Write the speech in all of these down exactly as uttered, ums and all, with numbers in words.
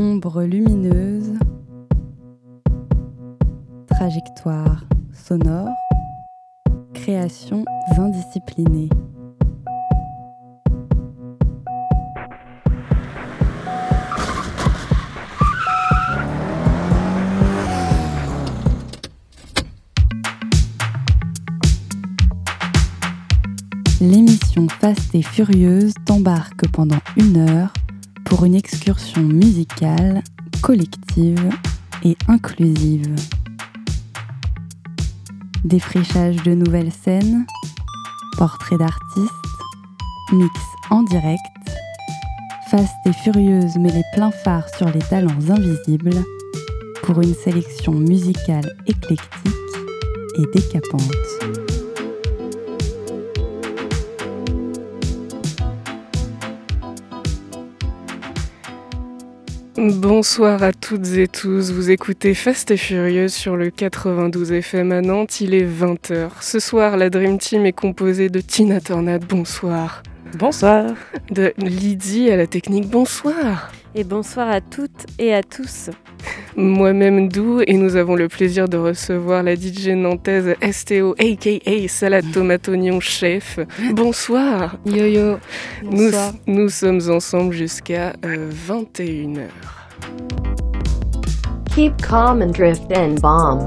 Ombre lumineuse, trajectoire sonore, créations indisciplinées. L'émission Fast et Furieuse t'embarque pendant une heure pour une excursion musicale, collective et inclusive. Défrichage de nouvelles scènes, portraits d'artistes, mix en direct, Fast et Furieuse met les pleins phares sur les talents invisibles pour une sélection musicale éclectique et décapante. Bonsoir à toutes et tous, vous écoutez Fast et Furieuse sur le quatre-vingt-douze F M à Nantes, il est vingt heures. Ce soir, la Dream Team est composée de Tina Tornat, bonsoir. Bonsoir. De Lydie à la technique, bonsoir. Et bonsoir à toutes et à tous. Moi-même Dou, et nous avons le plaisir de recevoir la D J nantaise S T O, aka Salade Tomate Oignon Chef. Bonsoir. Yo yo. Bonsoir. Nous, nous sommes ensemble jusqu'à euh, vingt et une heures. Keep calm and drift and bomb.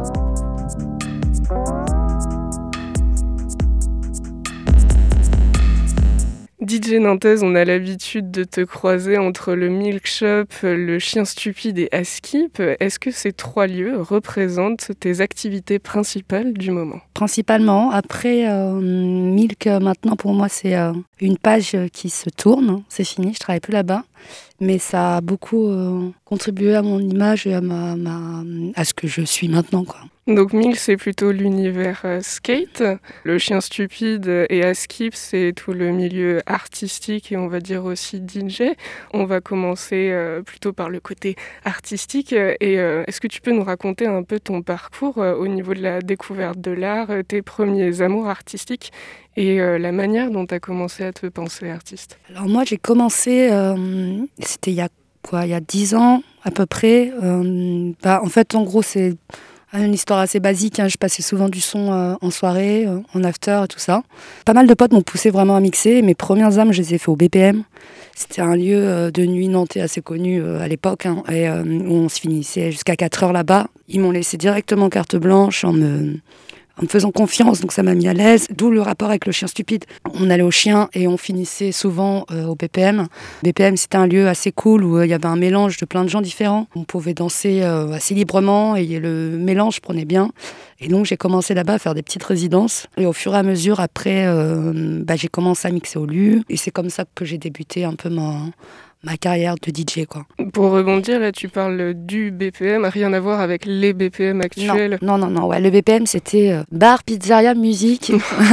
D J nantaise, on a l'habitude de te croiser entre le Milk Shop, le Chien Stupide et Askip. Est-ce que ces trois lieux représentent tes activités principales du moment ? Principalement. Après, euh, Milk, maintenant, pour moi, c'est euh, une page qui se tourne. C'est fini, je travaille plus là-bas. Mais ça a beaucoup euh, contribué à mon image et à, ma, ma, à ce que je suis maintenant, quoi. Donc Milk, c'est plutôt l'univers euh, skate. Le Chien Stupide et Askip, c'est tout le milieu artistique et on va dire aussi D J. On va commencer euh, plutôt par le côté artistique. Et euh, est-ce que tu peux nous raconter un peu ton parcours euh, au niveau de la découverte de l'art, euh, tes premiers amours artistiques et euh, la manière dont tu as commencé à te penser artiste ? Alors moi, j'ai commencé, euh, c'était il y a quoi, il y a dix ans à peu près. Euh, bah, en fait, en gros, c'est une histoire assez basique, hein. Je passais souvent du son euh, en soirée, euh, en after et tout ça. Pas mal de potes m'ont poussé vraiment à mixer. Mes premières âmes, je les ai fait au B P M. C'était un lieu euh, de nuit nantais assez connu euh, à l'époque, hein, et euh, où on se finissait jusqu'à quatre heures là-bas. Ils m'ont laissé directement carte blanche en me... en me faisant confiance, donc ça m'a mis à l'aise, d'où le rapport avec le Chien Stupide. On allait au Chien et on finissait souvent euh, au B P M. B P M, c'était un lieu assez cool où il euh, y avait un mélange de plein de gens différents. On pouvait danser euh, assez librement et le mélange prenait bien. Et donc j'ai commencé là-bas à faire des petites résidences. Et au fur et à mesure, après, euh, bah, j'ai commencé à mixer au lieu. Et c'est comme ça que j'ai débuté un peu ma... ma carrière de D J, quoi. Pour rebondir, là, tu parles du B P M, rien à voir avec les B P M actuels. Non, non, non, non ouais. Le B P M, c'était euh, bar, pizzeria, musique.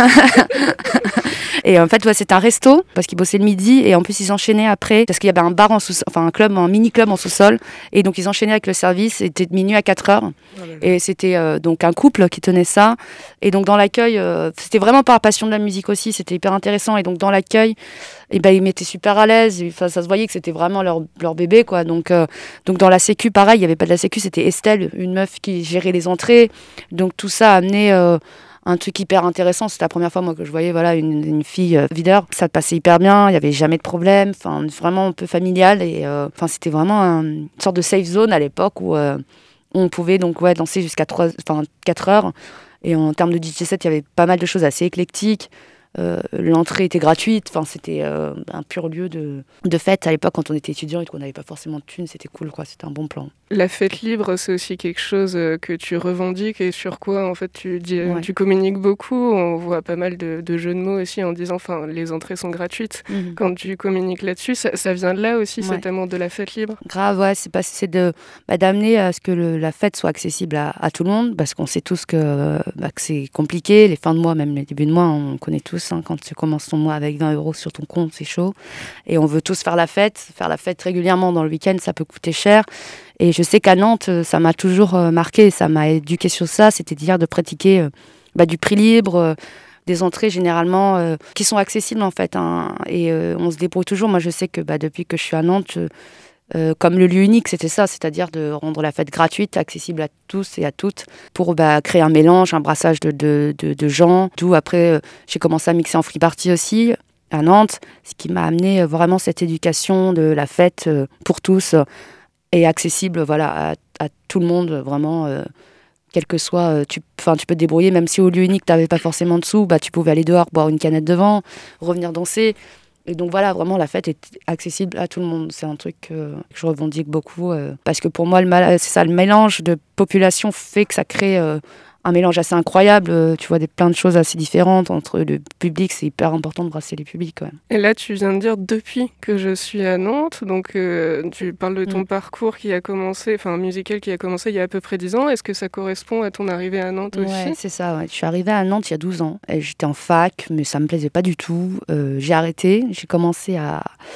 Et en fait, ouais, c'était un resto, parce qu'ils bossaient le midi, et en plus, ils enchaînaient après, parce qu'il y avait un bar en sous-sol, enfin, un club, un mini-club en sous-sol, et donc, ils enchaînaient avec le service, c'était de minuit à quatre heures. Oh là là. Et c'était euh, donc un couple qui tenait ça. Et donc, dans l'accueil, euh, c'était vraiment par passion de la musique aussi, c'était hyper intéressant. Et donc, dans l'accueil, et ben, ils m'étaient super à l'aise. Enfin, ça se voyait que c'était vraiment leur, leur bébé, quoi. Donc, euh, donc, dans la sécu, pareil, il n'y avait pas de la sécu, c'était Estelle, une meuf qui gérait les entrées. Donc, tout ça a amené euh, un truc hyper intéressant. C'était la première fois, moi, que je voyais voilà, une, une fille euh, videur. Ça passait hyper bien, il n'y avait jamais de problème. Enfin, vraiment un peu familial. Et euh, enfin, c'était vraiment un, une sorte de safe zone à l'époque où euh, on pouvait donc, ouais, danser jusqu'à trois, enfin, quatre heures. Et en termes de D J set, il y avait pas mal de choses assez éclectiques. Euh, l'entrée était gratuite, enfin c'était euh, un pur lieu de, de fête à l'époque quand on était étudiant et qu'on n'avait pas forcément de thunes, c'était cool, quoi, c'était un bon plan. La fête libre, c'est aussi quelque chose que tu revendiques et sur quoi en fait tu, dis, ouais. tu communiques beaucoup. On voit pas mal de, de jeux de mots aussi en disant enfin les entrées sont gratuites. Mmh. Quand tu communiques là-dessus, ça, ça vient de là aussi, ouais. Cet amour de la fête libre. Grave, ouais, c'est, pas, c'est de, bah, d'amener à ce que le, la fête soit accessible à, à tout le monde, parce qu'on sait tous que, bah, que c'est compliqué, les fins de mois, même les débuts de mois, on connaît tous, hein, quand tu commences ton mois avec vingt euros sur ton compte, c'est chaud. Et on veut tous faire la fête, faire la fête régulièrement dans le week-end, ça peut coûter cher. Et je sais qu'à Nantes, ça m'a toujours marqué, ça m'a éduqué sur ça, c'est-à-dire de pratiquer euh, bah, du prix libre, euh, des entrées généralement euh, qui sont accessibles en fait. Hein, et euh, on se débrouille toujours. Moi, je sais que bah, depuis que je suis à Nantes, je, Euh, comme le lieu unique, c'était ça, c'est-à-dire de rendre la fête gratuite, accessible à tous et à toutes, pour bah, créer un mélange, un brassage de, de, de, de gens. D'où après, euh, j'ai commencé à mixer en free party aussi, à Nantes, ce qui m'a amené euh, vraiment cette éducation de la fête euh, pour tous euh, et accessible voilà, à, à tout le monde, vraiment, euh, quel que soit, euh, tu, tu peux te débrouiller, même si au lieu unique, tu n'avais pas forcément de sous, bah, tu pouvais aller dehors, boire une canette de vin, revenir danser. Et donc voilà, vraiment, la fête est accessible à tout le monde. C'est un truc euh, que je revendique beaucoup. Euh, parce que pour moi, le mal, c'est ça, le mélange de population fait que ça crée euh, un mélange assez incroyable. Euh, tu vois, des, plein de choses assez différentes entre le public. C'est hyper important de brasser les publics quand même. Et là, tu viens de dire depuis que je suis à Nantes. Donc, euh, tu parles de ton mmh. parcours qui a commencé, enfin, musical qui a commencé il y a à peu près dix ans. Est-ce que ça correspond à ton arrivée à Nantes aussi ? Ouais, c'est ça. Ouais. Je suis arrivée à Nantes il y a douze ans. Et j'étais en fac, mais ça me plaisait pas du tout. Euh, j'ai arrêté. J'ai commencé à.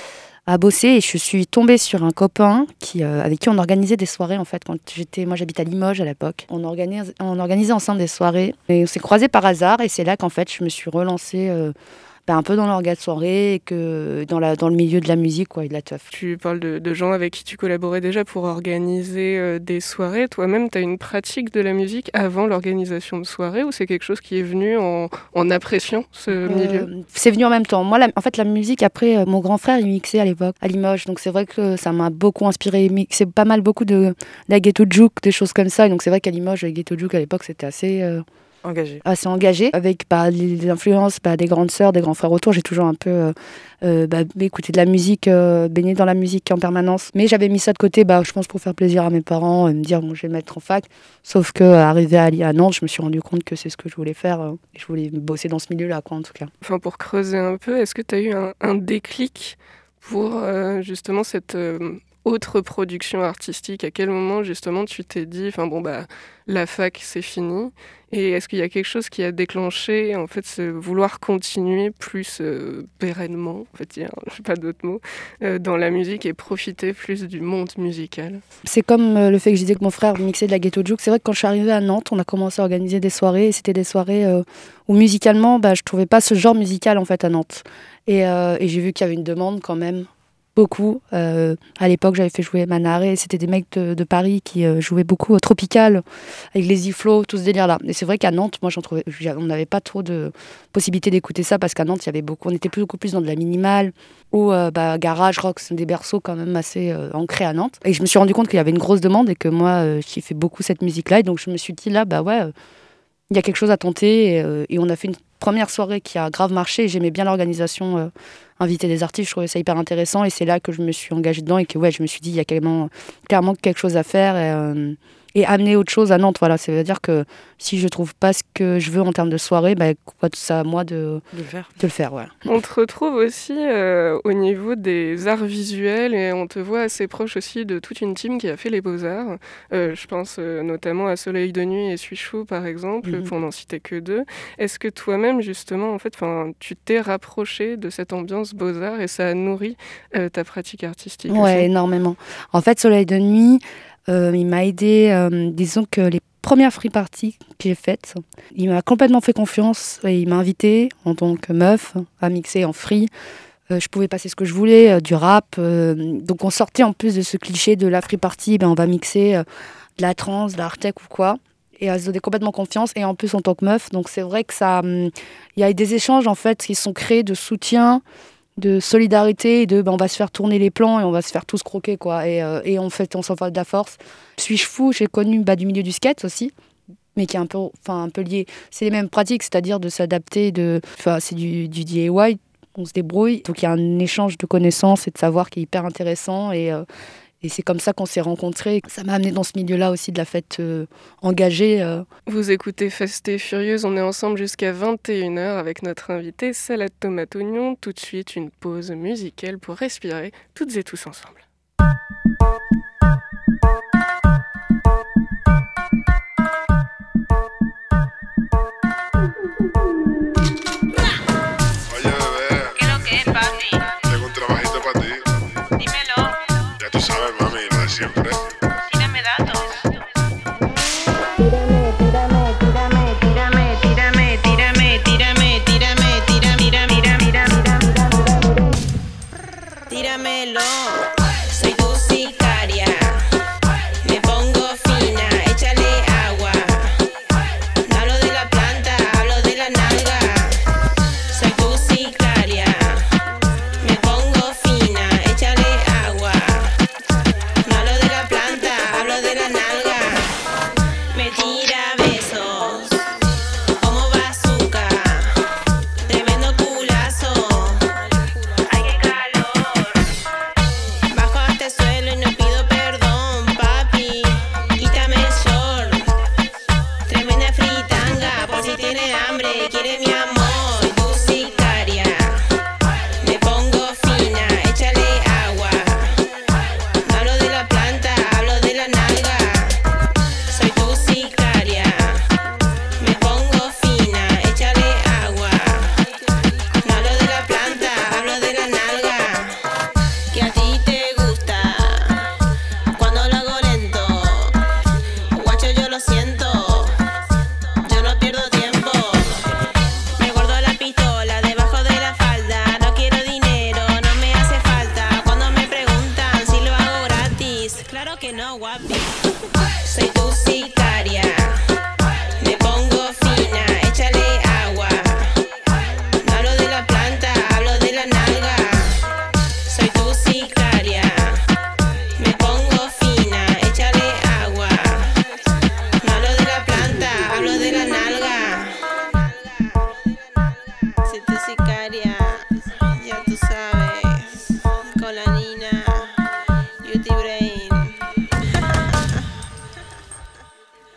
à bosser et je suis tombée sur un copain qui, euh, avec qui on organisait des soirées en fait quand j'étais, moi j'habite à Limoges à l'époque. On, organise, on organisait ensemble des soirées et on s'est croisés par hasard et c'est là qu'en fait je me suis relancée euh, ben, un peu dans l'orga de soirée et que dans, la, dans le milieu de la musique quoi, et de la teuf. Tu parles de, de gens avec qui tu collaborais déjà pour organiser euh, des soirées. Toi-même, tu as une pratique de la musique avant l'organisation de soirées ou c'est quelque chose qui est venu en, en appréciant ce euh, milieu ? C'est venu en même temps. Moi, la, en fait, la musique, après, euh, mon grand frère, il mixait à l'époque à Limoges. Donc c'est vrai que ça m'a beaucoup inspiré. Il mixait pas mal beaucoup de, de la ghetto juke, des choses comme ça. Et donc c'est vrai qu'à Limoges, la ghetto juke à l'époque, c'était assez... Euh, engagé. assez engagé, avec bah, les influences bah, des grandes sœurs, des grands frères autour. J'ai toujours un peu euh, euh, bah, écouté de la musique, euh, baigné dans la musique en permanence. Mais j'avais mis ça de côté, bah, je pense pour faire plaisir à mes parents, et me dire bon, je vais me mettre en fac. Sauf qu'arrivé à, à Nantes, je me suis rendu compte que c'est ce que je voulais faire. Euh, et je voulais bosser dans ce milieu-là, quoi, en tout cas. Enfin, pour creuser un peu, est-ce que tu as eu un, un déclic pour euh, justement cette... Euh, autre production artistique, à quel moment justement tu t'es dit, enfin bon bah la fac c'est fini, et est-ce qu'il y a quelque chose qui a déclenché en fait ce vouloir continuer plus euh, pérennement, en fait, je sais pas d'autres mots, euh, dans la musique et profiter plus du monde musical? C'est comme euh, le fait que je disais que mon frère mixait de la ghetto juke. C'est vrai que quand je suis arrivée à Nantes, on a commencé à organiser des soirées, et c'était des soirées euh, où musicalement, bah je trouvais pas ce genre musical en fait à Nantes, et, euh, et j'ai vu qu'il y avait une demande quand même. Beaucoup. Euh, à l'époque, j'avais fait jouer Manaré. C'était des mecs de, de Paris qui euh, jouaient beaucoup au Tropical, avec les iflots, tout ce délire-là. Et c'est vrai qu'à Nantes, moi, j'en trouvais, on n'avait pas trop de possibilité d'écouter ça parce qu'à Nantes, il y avait beaucoup, on était beaucoup plus dans de la minimale ou euh, bah, garage, rock, c'est des berceaux quand même assez euh, ancrés à Nantes. Et je me suis rendu compte qu'il y avait une grosse demande et que moi, euh, j'ai fait beaucoup cette musique-là. Et donc, je me suis dit là, bah ouais, il euh, y a quelque chose à tenter. Et, euh, et on a fait une première soirée qui a grave marché. Et j'aimais bien l'organisation. Euh, inviter des artistes, je trouvais ça hyper intéressant et c'est là que je me suis engagée dedans et que ouais, je me suis dit il y a clairement, clairement quelque chose à faire et, euh, et amener autre chose à Nantes. Voilà, ça veut dire que si je trouve pas ce que je veux en termes de soirée, bah, quoi, tout ça à moi de, de le faire. De le faire ouais. On te retrouve aussi euh, au niveau des arts visuels et on te voit assez proche aussi de toute une team qui a fait les Beaux-Arts. Euh, je pense euh, notamment à Soleil de Nuit et Suis Chou par exemple, mm-hmm. pour n'en citer que deux. Est-ce que toi-même justement, en fait, tu t'es rapproché de cette ambiance Beaux-Arts et ça a nourri euh, ta pratique artistique? Ouais, aussi énormément. En fait, Soleil de Nuit, euh, il m'a aidé, euh, disons que les premières free parties que j'ai faites, il m'a complètement fait confiance et il m'a invité en tant que meuf à mixer en free. Euh, je pouvais passer ce que je voulais, euh, du rap. Euh, donc on sortait en plus de ce cliché de la free party, ben on va mixer euh, de la trance, de la hard tech ou quoi. Et elle se donnait complètement confiance, et en plus en tant que meuf. Donc c'est vrai que ça, il y a eu des échanges en fait qui sont créés de soutien, de solidarité, et de ben, on va se faire tourner les plans et on va se faire tous croquer quoi. Et, euh, et on fait, on s'en fait de la force. Suis-je fou, j'ai connu bah, du milieu du skate aussi, mais qui est un peu, enfin un peu lié. C'est les mêmes pratiques, c'est-à-dire de s'adapter, de, enfin c'est du, du D I Y, on se débrouille. Donc il y a un échange de connaissances et de savoir qui est hyper intéressant et euh, Et c'est comme ça qu'on s'est rencontrés. Ça m'a amené dans ce milieu-là aussi de la fête euh, engagée. Euh. Vous écoutez Fast et Furieuse, on est ensemble jusqu'à vingt et une heures avec notre invité Salade Tomate Oignon. Tout de suite, une pause musicale pour respirer toutes et tous ensemble. Siempre. Tírame datos. Tírame, tírame, tírame, tírame, tírame, tírame, tírame, tírame, tírame, tírame, tírame, tírame, tírame, tíramelo. Soy tu sí.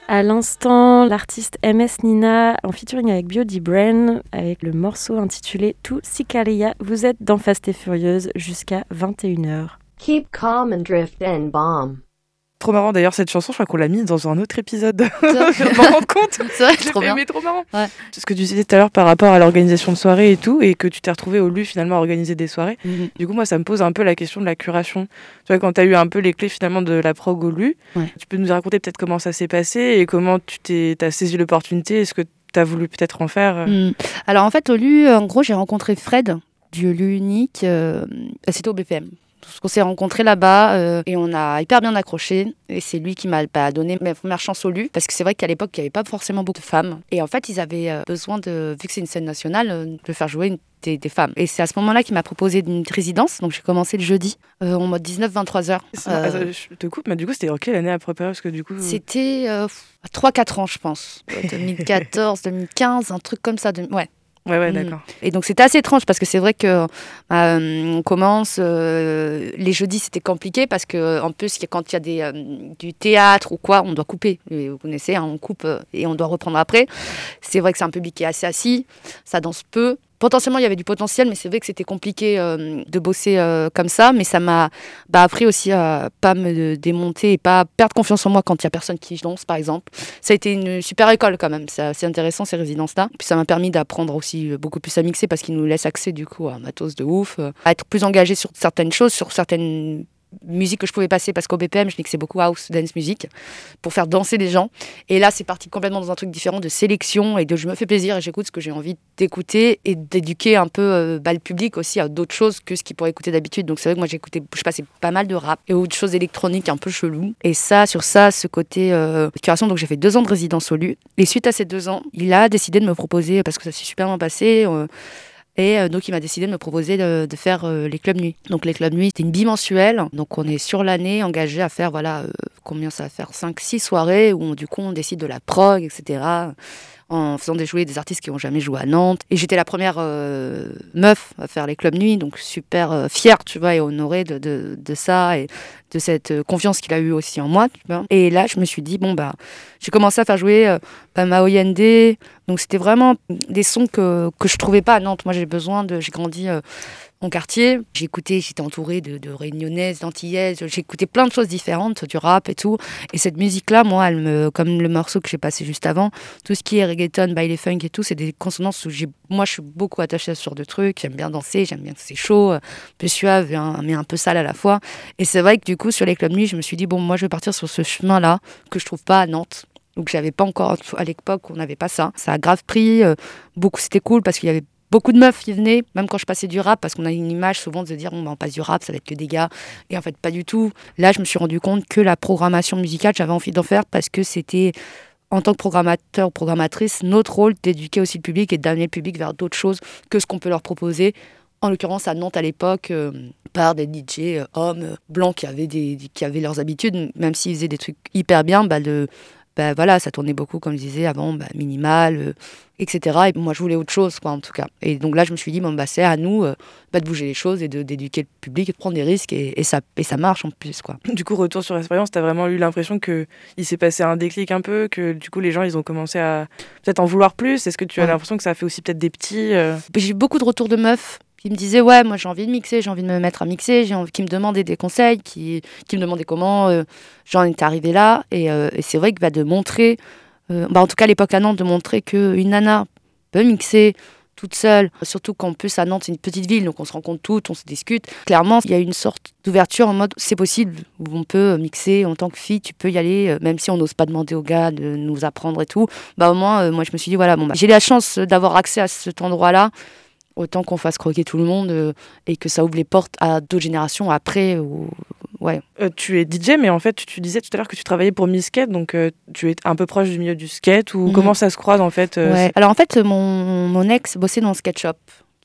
À l'instant, l'artiste M S Nina en featuring avec Biody Brain avec le morceau intitulé Tu Sicaria. Vous êtes dans Fast et Furieuse jusqu'à vingt et une heures. Keep calm and drift and bomb. Trop marrant d'ailleurs cette chanson, je crois qu'on l'a mise dans un autre épisode. Je me rends compte. C'est vrai, Je trop l'ai bien. fait, mais trop marrant. Ouais. Ce que tu disais tout à l'heure par rapport à l'organisation de soirées et tout, et que tu t'es retrouvé au L U finalement à organiser des soirées. Mm-hmm. Du coup, moi, ça me pose un peu la question de la curation. Tu vois, quand tu as eu un peu les clés finalement de la prog au L U, Ouais. tu peux nous raconter peut-être comment ça s'est passé et comment tu t'es, t'as saisi l'opportunité, est-ce que tu as voulu peut-être en faire euh... Mm. Alors en fait, au L U, en gros, j'ai rencontré Fred du L U Unique. Euh, c'était au B P M. Parce qu'on s'est rencontrés là-bas euh, et on a hyper bien accroché. Et c'est lui qui m'a bah, donné ma première chance au L U. Parce que c'est vrai qu'à l'époque, il n'y avait pas forcément beaucoup de femmes. Et en fait, ils avaient euh, besoin, de, vu que c'est une scène nationale, euh, de faire jouer une, des, des femmes. Et c'est à ce moment-là qu'il m'a proposé une résidence. Donc j'ai commencé le jeudi, euh, en mode dix-neuf vingt-trois heures. C'est- Euh, Attends, je te coupe, mais du coup, c'était en quelle année à préparer? Parce que du coup. C'était euh, trois quatre ans, je pense. deux mille quatorze, deux mille quinze, un truc comme ça. De... Ouais. Ouais, ouais, Mm. d'accord. Et donc c'était assez étrange parce que c'est vrai que euh, on commence euh, les jeudis, c'était compliqué parce que en plus quand il y a des euh, du théâtre ou quoi, on doit couper. Et vous connaissez, hein, on coupe euh, et on doit reprendre après. C'est vrai que c'est un public qui est assez assis, ça danse peu. Potentiellement, il y avait du potentiel, mais c'est vrai que c'était compliqué euh, de bosser euh, comme ça. Mais ça m'a bah, appris aussi à pas me démonter et pas perdre confiance en moi quand il y a personne qui danse, par exemple. Ça a été une super école quand même. C'est assez intéressant, ces résidences-là. Puis ça m'a permis d'apprendre aussi beaucoup plus à mixer parce qu'ils nous laissent accès du coup à un matos de ouf, euh, à être plus engagé sur certaines choses, sur certaines musique que je pouvais passer parce qu'au B P M je mixais beaucoup house dance music pour faire danser les gens et là c'est parti complètement dans un truc différent de sélection et de je me fais plaisir et j'écoute ce que j'ai envie d'écouter et d'éduquer un peu euh, bah, le public aussi à d'autres choses que ce qu'il pourrait écouter d'habitude. Donc c'est vrai que moi j'écoutais, je passais pas mal de rap et autre choses électroniques un peu chelou et ça sur ça ce côté euh, curation. Donc j'ai fait deux ans de résidence au L U et suite à ces deux ans il a décidé de me proposer parce que ça s'est super bien passé euh, Et euh, donc, il m'a décidé de me proposer de, de faire euh, les clubs nuits. Donc, les clubs nuits, c'était une bimensuelle. Donc, on est sur l'année engagé à faire, voilà, euh, combien ça va faire cinq six soirées où, on, du coup, on décide de la prog, et cetera, en faisant des jouer des artistes qui n'ont jamais joué à Nantes. Et j'étais la première euh, meuf à faire les clubs nuits, donc super euh, fière, tu vois, et honorée de, de, de ça et de cette euh, confiance qu'il a eue aussi en moi, tu vois. Et là, je me suis dit, bon, bah, j'ai commencé à faire jouer euh, bah, Mao Yende. Donc, c'était vraiment des sons que, que je trouvais pas à Nantes. Moi, j'ai besoin de... J'ai grandi... Euh, mon quartier, j'ai écouté, j'étais entourée de, de réunionnaises, d'antillaises, j'ai écouté plein de choses différentes, du rap et tout. Et cette musique-là, moi, elle me, comme le morceau que j'ai passé juste avant, tout ce qui est reggaeton, baile funk et tout, c'est des consonances où j'ai, moi, je suis beaucoup attachée à ce genre de trucs. J'aime bien danser, j'aime bien que c'est chaud, un peu suave, hein, mais un peu sale à la fois. Et c'est vrai que du coup, sur les clubs nuits, je me suis dit, bon, moi, je vais partir sur ce chemin-là que je trouve pas à Nantes. Donc, j'avais pas encore, à l'époque, on n'avait pas ça. Ça a grave pris, euh, beaucoup, c'était cool parce qu'il y avait beaucoup de meufs qui venaient, même quand je passais du rap, parce qu'on a une image souvent de se dire, bon, bah, on passe du rap, ça va être que des gars. Et en fait, pas du tout. Là, je me suis rendu compte que la programmation musicale, j'avais envie d'en faire parce que c'était, en tant que programmateur ou programmatrice, notre rôle d'éduquer aussi le public et d'amener le public vers d'autres choses que ce qu'on peut leur proposer. En l'occurrence, à Nantes, à l'époque, euh, par des D J euh, hommes euh, blancs qui avaient, des, qui avaient leurs habitudes, même s'ils faisaient des trucs hyper bien, bah, le, bah, voilà, ça tournait beaucoup, comme je disais avant, bah, minimal, euh, et cetera. Et moi, je voulais autre chose, quoi, en tout cas. Et donc là, je me suis dit, bon, bah, c'est à nous euh, bah, de bouger les choses et de, d'éduquer le public et de prendre des risques. Et, et, ça, et ça marche en plus, quoi. Du coup, retour sur l'expérience, t'as vraiment eu l'impression qu'il s'est passé un déclic un peu, que du coup, les gens, ils ont commencé à peut-être en vouloir plus. Est-ce que tu as ouais. l'impression que ça a fait aussi peut-être des petits euh... J'ai eu beaucoup de retours de meufs qui me disaient, ouais, moi j'ai envie de mixer, j'ai envie de me mettre à mixer, j'ai envie, qui me demandaient des conseils, qui, qui me demandaient comment euh, j'en étais arrivée là. Et, euh, et c'est vrai que bah, de montrer, euh, bah, en tout cas à l'époque à Nantes, de montrer qu'une nana peut mixer toute seule, surtout qu'en plus à Nantes c'est une petite ville, donc on se rencontre toutes, on se discute. Clairement, il y a une sorte d'ouverture en mode c'est possible, où on peut mixer en tant que fille, tu peux y aller, même si on n'ose pas demander aux gars de nous apprendre et tout. Bah au moins, euh, moi je me suis dit, voilà, bon, bah, j'ai la chance d'avoir accès à cet endroit-là. Autant qu'on fasse croquer tout le monde euh, et que ça ouvre les portes à d'autres générations après. Ou... Ouais. Euh, tu es D J, mais en fait, tu, tu disais tout à l'heure que tu travaillais pour Miss Skate, donc euh, tu es un peu proche du milieu du skate, ou mmh. comment ça se croise en fait euh, ouais. Alors en fait, mon, mon ex bossait dans le skate shop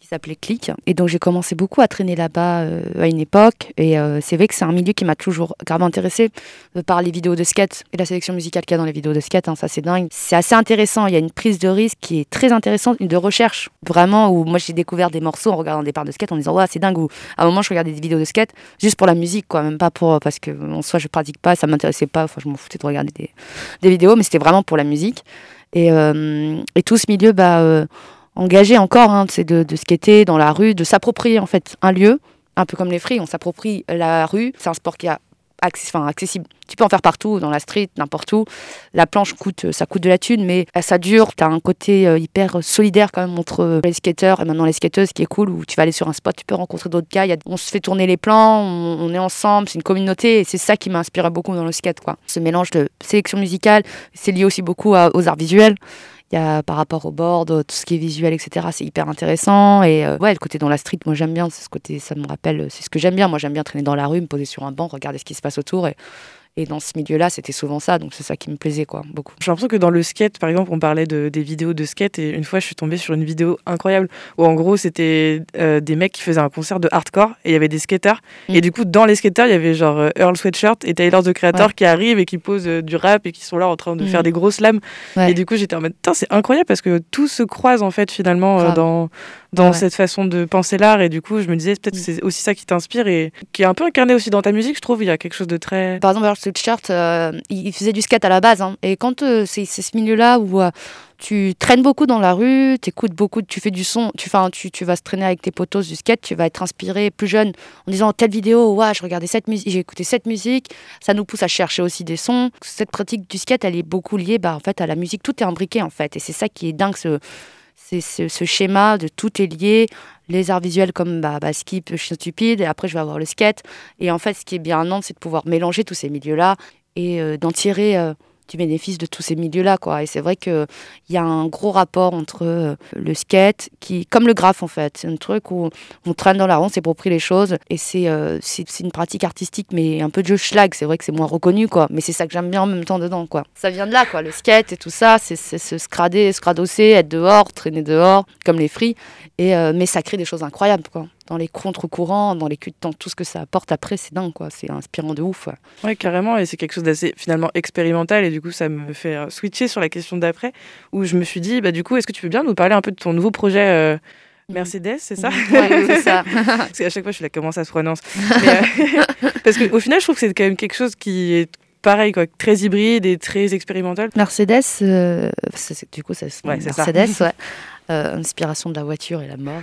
qui s'appelait Click. Et donc j'ai commencé beaucoup à traîner là-bas euh, à une époque. Et euh, c'est vrai que c'est un milieu qui m'a toujours grave intéressée euh, par les vidéos de skate et la sélection musicale qu'il y a dans les vidéos de skate. Hein, ça c'est dingue. C'est assez intéressant. Il y a une prise de risque qui est très intéressante, une de recherche vraiment où moi j'ai découvert des morceaux en regardant des parts de skate en me disant ouais c'est dingue. Ou à un moment je regardais des vidéos de skate juste pour la musique quoi, même pas pour parce que en soi je pratique pas, ça m'intéressait pas. Enfin je m'en foutais de regarder des, des vidéos, mais c'était vraiment pour la musique. Et, euh, et tout ce milieu bah euh, engagé encore, hein, c'est de, de skater dans la rue, de s'approprier en fait un lieu, un peu comme les free, on s'approprie la rue. C'est un sport qui est access- enfin, accessible. Tu peux en faire partout, dans la street, n'importe où. La planche coûte, ça coûte de la thune, mais ça dure. T'as un côté euh, hyper solidaire quand même entre les skateurs et maintenant les skateuses, qui est cool, où tu vas aller sur un spot, tu peux rencontrer d'autres gars. Y a, on se fait tourner les plans, on, on est ensemble, c'est une communauté, et c'est ça qui m'a inspiré beaucoup dans le skate, quoi. Ce mélange de sélection musicale, c'est lié aussi beaucoup à, aux arts visuels. Il y a par rapport au board, tout ce qui est visuel, et cetera. C'est hyper intéressant. Et euh, ouais, le côté dans la street, moi j'aime bien. C'est ce côté, ça me rappelle, c'est ce que j'aime bien. Moi j'aime bien traîner dans la rue, me poser sur un banc, regarder ce qui se passe autour. Et, et dans ce milieu-là, c'était souvent ça. Donc c'est ça qui me plaisait, quoi, beaucoup. J'ai l'impression que dans le skate, par exemple, on parlait de, des vidéos de skate. Et une fois, je suis tombée sur une vidéo incroyable où en gros, c'était euh, des mecs qui faisaient un concert de hardcore et il y avait des skateurs. Mm. Et du coup, dans les skateurs, il y avait genre euh, Earl Sweatshirt et Tyler, the Creator, ouais, qui arrivent et qui posent euh, du rap et qui sont là en train de mm. faire des gros slams. Ouais. Et du coup, j'étais en mode, c'est incroyable parce que tout se croise en fait finalement euh, dans, dans ouais. cette façon de penser l'art. Et du coup, je me disais, peut-être mm. c'est aussi ça qui t'inspire et qui est un peu incarné aussi dans ta musique, je trouve. Il y a quelque chose de très. Par exemple, Earl Sweatshirt, euh, il faisait du skate à la base. Hein. Et quand euh, c'est, c'est ce milieu-là où euh, tu traînes beaucoup dans la rue, t'écoutes beaucoup, tu fais du son, tu, tu, tu vas se traîner avec tes potos du skate, tu vas être inspiré plus jeune en disant telle vidéo, ouais, je regardais cette musique, j'ai écouté cette musique, ça nous pousse à chercher aussi des sons. Cette pratique du skate, elle est beaucoup liée bah, en fait, à la musique, tout est imbriqué en fait. Et c'est ça qui est dingue, ce, c'est ce, ce schéma de tout est lié. Les arts visuels comme bah, bah, skip, chien stupide, et après je vais avoir le skate. Et en fait, ce qui est bien à Nantes, c'est de pouvoir mélanger tous ces milieux-là et euh, d'en tirer euh, du bénéfice de tous ces milieux-là, quoi. Et c'est vrai qu'il y a un gros rapport entre euh, le skate, qui, comme le graphe en fait, c'est un truc où on traîne dans la rue, on s'approprie les choses, et c'est, euh, c'est, c'est une pratique artistique, mais un peu de jeu schlag, c'est vrai que c'est moins reconnu, quoi. Mais c'est ça que j'aime bien en même temps dedans, quoi. Ça vient de là, quoi, le skate et tout ça, c'est, c'est se scrader, se cradosser, être dehors, traîner dehors, comme les free, et, euh, mais ça crée des choses incroyables, quoi. Dans les contre-courants, dans, les, dans tout ce que ça apporte après, c'est dingue, quoi. C'est inspirant de ouf. Ouais. Ouais, carrément, et c'est quelque chose d'assez finalement expérimental, et du coup, ça me fait euh, switcher sur la question d'après, où je me suis dit, bah, du coup, est-ce que tu peux bien nous parler un peu de ton nouveau projet euh, Mercedes, c'est ça? Ouais, c'est ça. Parce qu'à chaque fois, je suis là, comment ça se prononce? Mais, euh, parce qu'au final, je trouve que c'est quand même quelque chose qui est pareil, quoi, très hybride et très expérimental. Mercedes, euh, c'est, c'est, du coup, c'est, ouais, c'est Mercedes, ça. Ouais. Euh, inspiration de la voiture et la mort.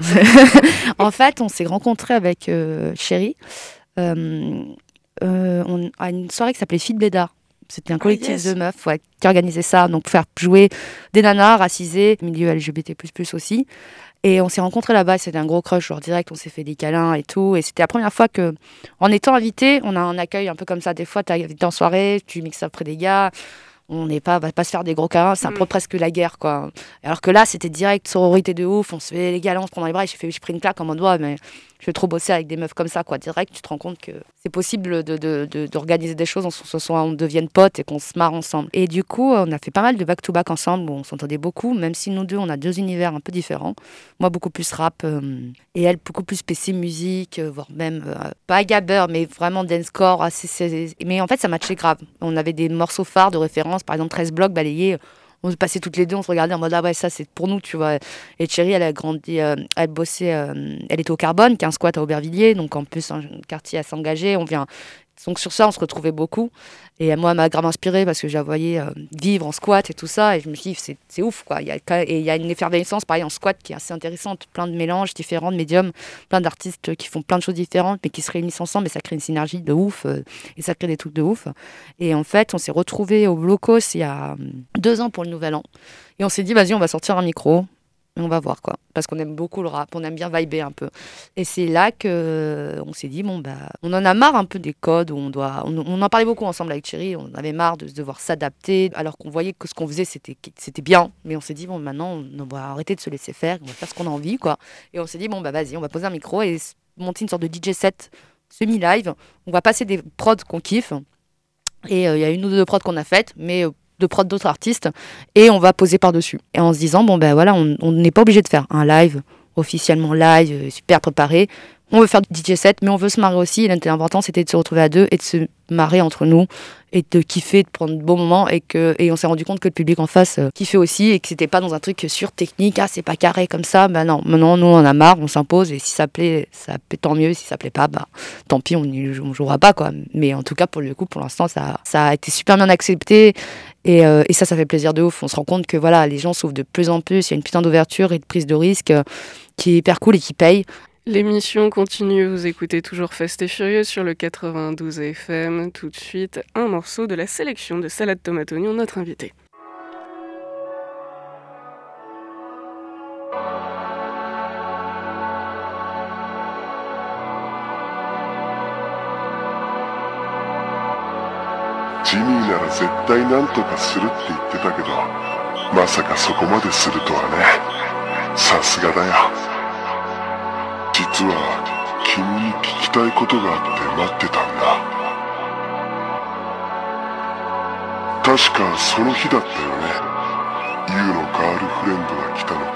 En fait, on s'est rencontrés avec euh, Chéri euh, euh, on, à une soirée qui s'appelait Fille de Blédard. C'était un collectif oh, yes. de meufs ouais, qui organisait ça, donc pour faire jouer des nanas racisées, milieu L G B T plus plus aussi. Et on s'est rencontrés là-bas, c'était un gros crush, genre direct, on s'est fait des câlins et tout. Et c'était la première fois que, en étant invité, on a un accueil un peu comme ça. Des fois, t'es invité en soirée, tu mixes après des gars. On n'est pas, va pas se faire des gros câlins, c'est un peu mmh. presque la guerre, quoi. Alors que là, c'était direct, sororité de ouf, on se fait les gars, on se prend dans les bras, et j'ai fait, j'ai pris une claque en mode, ouais, mais je vais trop bosser avec des meufs comme ça, quoi. Direct, tu te rends compte que c'est possible de, de, de, d'organiser des choses, on, se soit, on devienne potes et qu'on se marre ensemble. Et du coup, on a fait pas mal de back-to-back ensemble, où on s'entendait beaucoup, même si nous deux, on a deux univers un peu différents. Moi, beaucoup plus rap, euh, et elle, beaucoup plus P C musique, euh, voire même, euh, pas gabber, mais vraiment dancecore, assez, c'est, mais en fait, ça matchait grave. On avait des morceaux phares de référence, par exemple treize blocs balayés, on se passait toutes les deux, on se regardait en mode ah ouais ça c'est pour nous, tu vois. Et Chéri, elle a grandi, euh, elle bossait, euh, elle était au Carbone, qui est un squat à Aubervilliers, donc en plus un quartier à s'engager, on vient. Donc sur ça, on se retrouvait beaucoup. Et moi, elle m'a grave inspirée parce que je la voyais euh, vivre en squat et tout ça. Et je me suis dit, c'est, c'est ouf, quoi. Il y a, et il y a une effervescence, pareil, en squat qui est assez intéressante. Plein de mélanges différents, de médiums, plein d'artistes qui font plein de choses différentes, mais qui se réunissent ensemble. Et ça crée une synergie de ouf. Euh, et ça crée des trucs de ouf. Et en fait, on s'est retrouvés au Blocos il y a deux ans pour le Nouvel An. Et on s'est dit, vas-y, on va sortir un micro. Et on va voir, quoi. Parce qu'on aime beaucoup le rap, on aime bien vibrer un peu. Et c'est là qu'on s'est dit, bon, bah, on en a marre un peu des codes où on doit. On, on en parlait beaucoup ensemble avec Chéri, on avait marre de devoir s'adapter, alors qu'on voyait que ce qu'on faisait, c'était, c'était bien. Mais on s'est dit, bon, maintenant, on va arrêter de se laisser faire, on va faire ce qu'on a envie, quoi. Et on s'est dit, bon, bah, vas-y, on va poser un micro et monter une sorte de D J set semi-live. On va passer des prods qu'on kiffe. Et il euh, y a une ou deux prods qu'on a faites, mais. Euh, de prod d'autres artistes et on va poser par-dessus. Et en se disant, bon ben voilà, on n'est pas obligé de faire un live officiellement live, super préparé. On veut faire du D J set, mais on veut se marrer aussi. Et l'important, c'était de se retrouver à deux et de se marrer entre nous et de kiffer, de prendre de bons moments. Et, que, et on s'est rendu compte que le public en face euh, kiffait aussi et que c'était pas dans un truc sur technique. Ah, c'est pas carré comme ça. Ben non, maintenant, nous, on en a marre, on s'impose. Et si ça plaît, ça plaît tant mieux. Si ça plaît pas, bah, tant pis, on ne jouera pas, quoi. Mais en tout cas, pour le coup, pour l'instant, ça, ça a été super bien accepté. Et, euh, et ça, ça fait plaisir de ouf. On se rend compte que voilà, les gens s'ouvrent de plus en plus. Il y a une putain d'ouverture et de prise de risque euh, qui est hyper cool et qui paye. L'émission continue, vous écoutez toujours Fast et Furieux sur le quatre-vingt-douze F M. Tout de suite, un morceau de la sélection de Salade Tomate Oignon, notre invité. Jimmy なら絶対なんとかするって言ってたけど、まさかそこまでするとはね。さすがだよ。実は君に聞きたいことがあって待ってたんだ。確かその日だったよね。ユウのガールフレンドが来たのって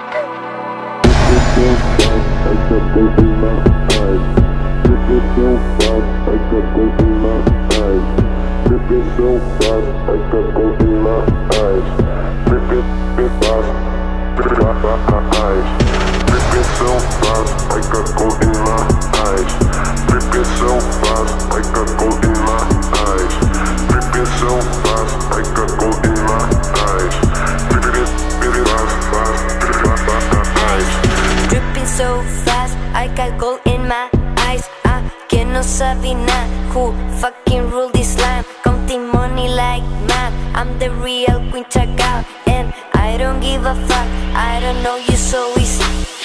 。Dripping so fast, I got gold in my eyes. Dripping so fast, I got gold in my eyes. Dripping so fast, I got gold in my eyes. Dripping, dripping fast, fast, Dripping so fast, I got gold in my eyes. Ah, que no sabe nada, who fucking rule this land? Counting money like mad, I'm the real queen Chagall, and I don't give a fuck, I don't know you so easy.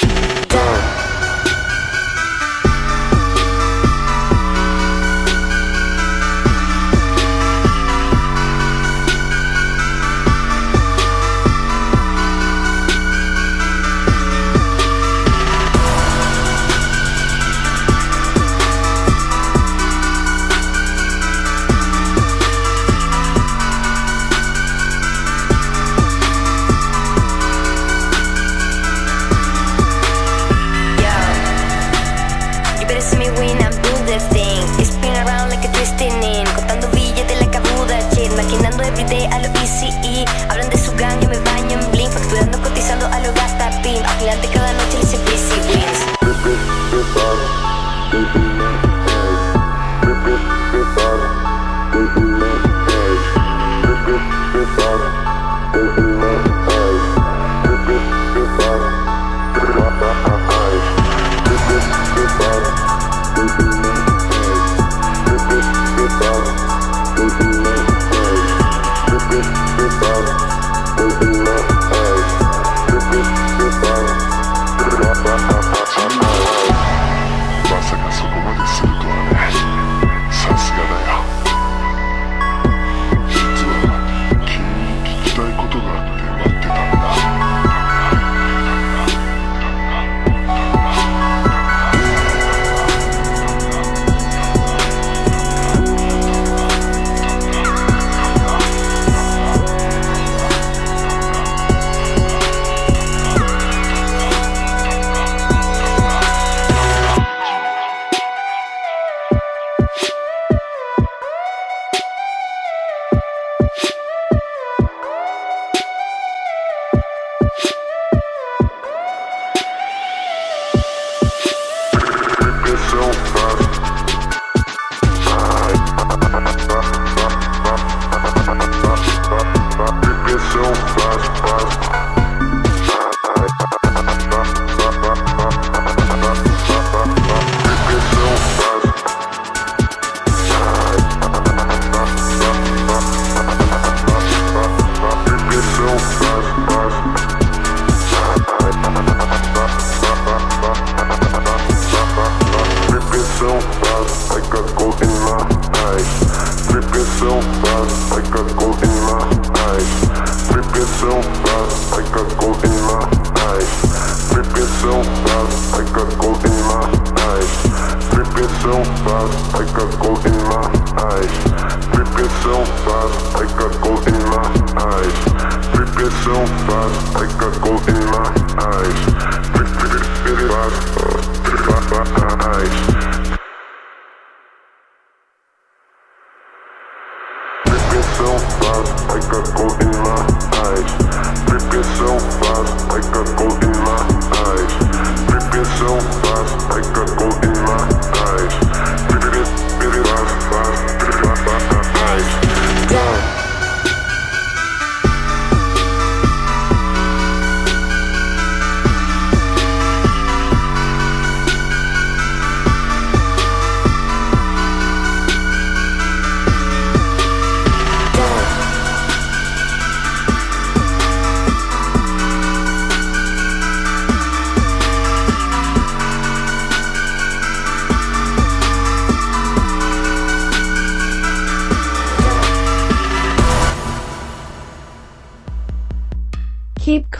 Maquinando everyday a lo easy y hablan de su gang, yo me baño en bling, facturando, cotizando a lo gasta pin, agilante cada noche y simplicity wins.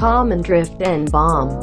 calm and drift and bomb.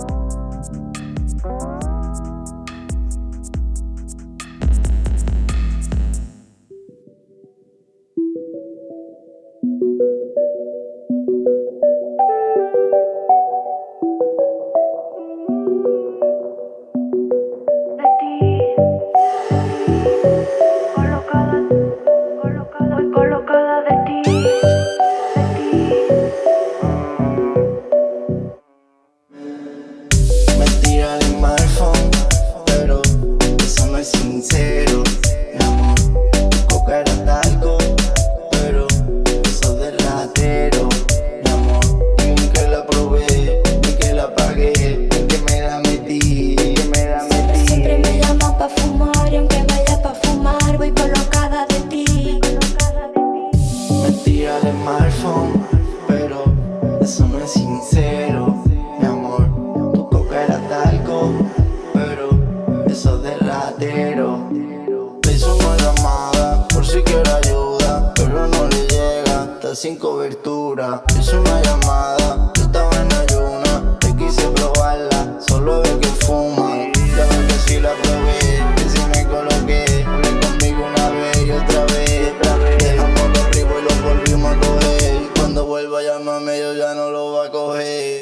Sin cobertura, es una llamada, yo estaba en ayuna, te quise probarla, solo veo que fuma, ya veo que si la probé, que si me coloqué, hablé conmigo una vez y otra vez, otra vez, dejamos de arriba y lo volvimos a coger, y cuando vuelva a llamarme yo ya no lo va a coger,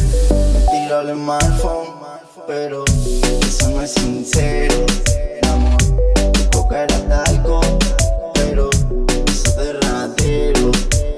tírale más al phone, pero eso no es sincero, mi amor, tu coca era talco, pero eso de ratero.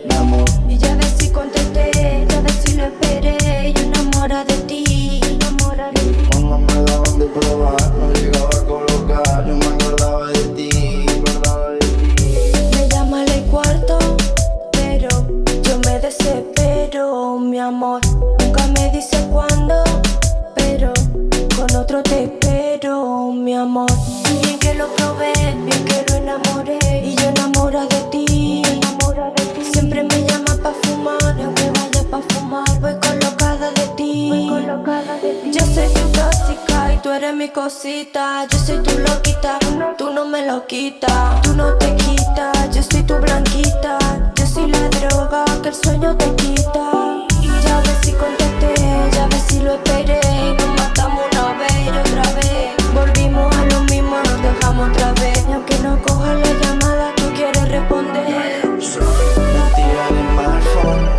Y ya ves si contesté, ya ves si lo esperé. Yo enamora de ti, enamora de ti. Cuando me daban de probar, no llegaba a colocar. Yo me acordaba de ti, me acordaba de ti. Me llama al cuarto, pero yo me desespero, mi amor. Nunca me dice cuándo, pero con otro te espero, mi amor. Bien que lo probé, bien que lo enamoré. Y yo enamora de ti, enamora de ti. Siempre me llama pa' fumar, y aunque vaya pa' fumar, voy colocada de ti, voy colocada de ti. Yo soy tu tóxica y tú eres mi cosita. Yo soy tu loquita, tú no me lo quitas. Tú no te quitas, yo soy tu blanquita. Yo soy la droga que el sueño te quita. Ya ves si contesté, ya ves si lo esperé. Nos matamos una vez y otra vez. Volvimos a lo mismo, nos dejamos otra vez. Y aunque no cojas la llamada, tú quieres responder. Tírale más al phone,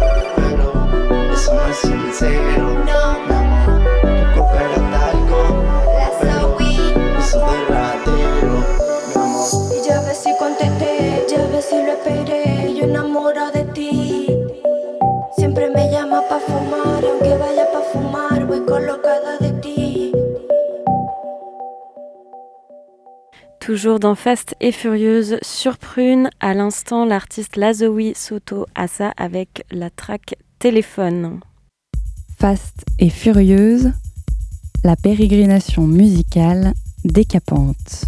pero eso no es sincero. No, mi amor, tu coca era talco, pero eso de ratero, mi amor. y ya ves si contesté, ya ves si lo esperé. Yo enamoro de ti. Siempre me llama pa' fumar, y aunque vaya pa' fumar, voy colocada de ti. Toujours dans Fast et Furieuse sur Prune, à l'instant l'artiste Lazoui Soto à ça avec la track Téléphone. Fast et Furieuse, la pérégrination musicale décapante.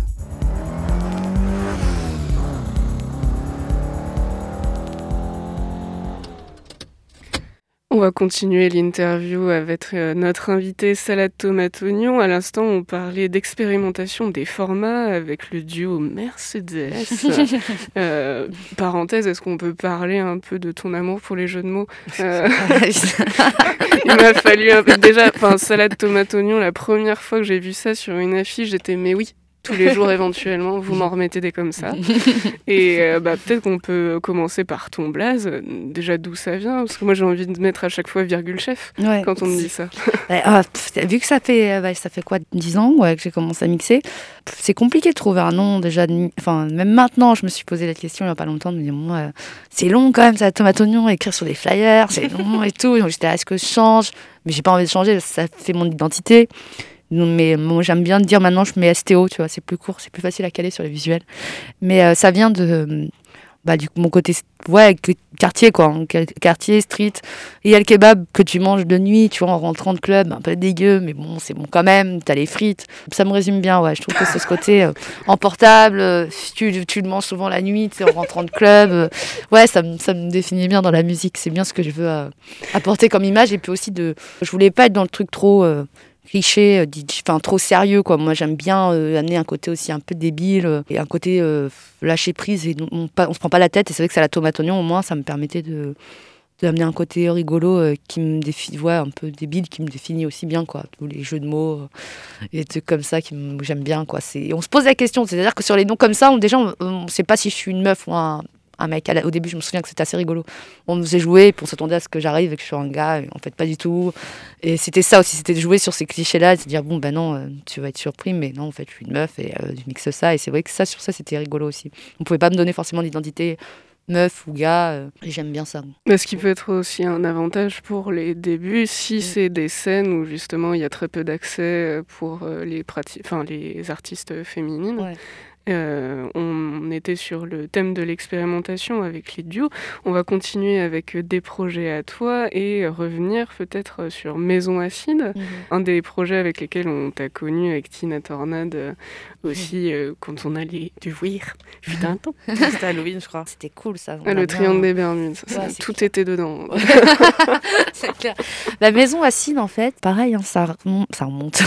On va continuer l'interview avec euh, notre invité Salade Tomate Oignon. À l'instant, on parlait d'expérimentation des formats avec le duo Mercedes. euh, parenthèse, est-ce qu'on peut parler un peu de ton amour pour les jeux de mots euh, Il m'a fallu un peu... Déjà, enfin, Salade Tomate Oignon, la première fois que j'ai vu ça sur une affiche, j'étais « mais oui !» tous les jours éventuellement, vous m'en remettez des comme ça. Et euh, bah, peut-être qu'on peut commencer par ton blaze. Déjà, d'où ça vient? Parce que moi, j'ai envie de mettre à chaque fois virgule chef Ouais. quand on me dit ça. Ouais, ah, pff, vu que ça fait, bah, ça fait quoi, dix ans ouais, que j'ai commencé à mixer, pff, c'est compliqué de trouver un nom déjà. De, enfin, même maintenant, je me suis posé la question il n'y a pas longtemps de me dire, bon, euh, c'est long quand même, ça tomate oignon, écrire sur des flyers, c'est long et tout. Donc j'étais là, est-ce que je change? Mais j'ai pas envie de changer, ça fait mon identité. Mais moi, j'aime bien dire maintenant, je mets S T O, tu vois, c'est plus court, c'est plus facile à caler sur les visuels. Mais euh, ça vient de bah, du, mon côté ouais, quartier, quoi. Quartier, street. Et il y a le kebab que tu manges de nuit, tu vois, en rentrant de club, un peu dégueu, mais bon, c'est bon quand même, t'as les frites. Ça me résume bien, ouais. Je trouve que c'est ce côté euh, en portable, euh, tu, tu le manges souvent la nuit, tu sais, en rentrant de club. Euh, ouais, ça, ça me définit bien dans la musique. C'est bien ce que je veux euh, apporter comme image. Et puis aussi, de, je voulais pas être dans le truc trop... Euh, cliché, enfin trop sérieux quoi. Moi j'aime bien euh, amener un côté aussi un peu débile euh, et un côté euh, lâcher prise et on, on, on se prend pas la tête et c'est vrai que c'est la tomate oignon au moins ça me permettait de d'amener un côté rigolo euh, qui me définit, ouais, un peu débile, qui me définit aussi bien, quoi. Tous les jeux de mots euh, et des trucs comme ça qui me- que j'aime bien, quoi. C'est, on se pose la question, c'est-à-dire que sur les noms comme ça, on, déjà, on ne sait pas si je suis une meuf ou un, un mec. À la- Au début, je me souviens que c'était assez rigolo. On nous faisait jouer, et puis on s'attendait à ce que j'arrive et que je sois un gars, et en fait, pas du tout. Et c'était ça aussi, c'était de jouer sur ces clichés-là, et de se dire, bon, ben non, euh, tu vas être surpris, mais non, en fait, je suis une meuf, et euh, je mixe ça, et c'est vrai que ça, sur ça, c'était rigolo aussi. On pouvait pas me donner forcément d'identité meuf ou gars, euh, et j'aime bien ça. Mais ce qui peut être aussi un avantage pour les débuts, si Mm. c'est des scènes où justement il y a très peu d'accès euh, pour euh, les, prati- enfin, les artistes féminines. Ouais. Euh, on était sur le thème de l'expérimentation avec les duos. On va continuer avec euh, des projets à toi et revenir peut-être euh, sur Maison Acide, Mhm. un des projets avec lesquels on t'a connu avec Tina Tornade euh, aussi euh, quand on allait te voir. Fut un temps. C'était Halloween, je crois. C'était cool ça. on Ah, a le bien- triangle des Bermudes, ça, Ouais, ça, c'est tout clair. était dedans. C'est clair. La maison acide, en fait, pareil, hein, ça, remon- ça remonte.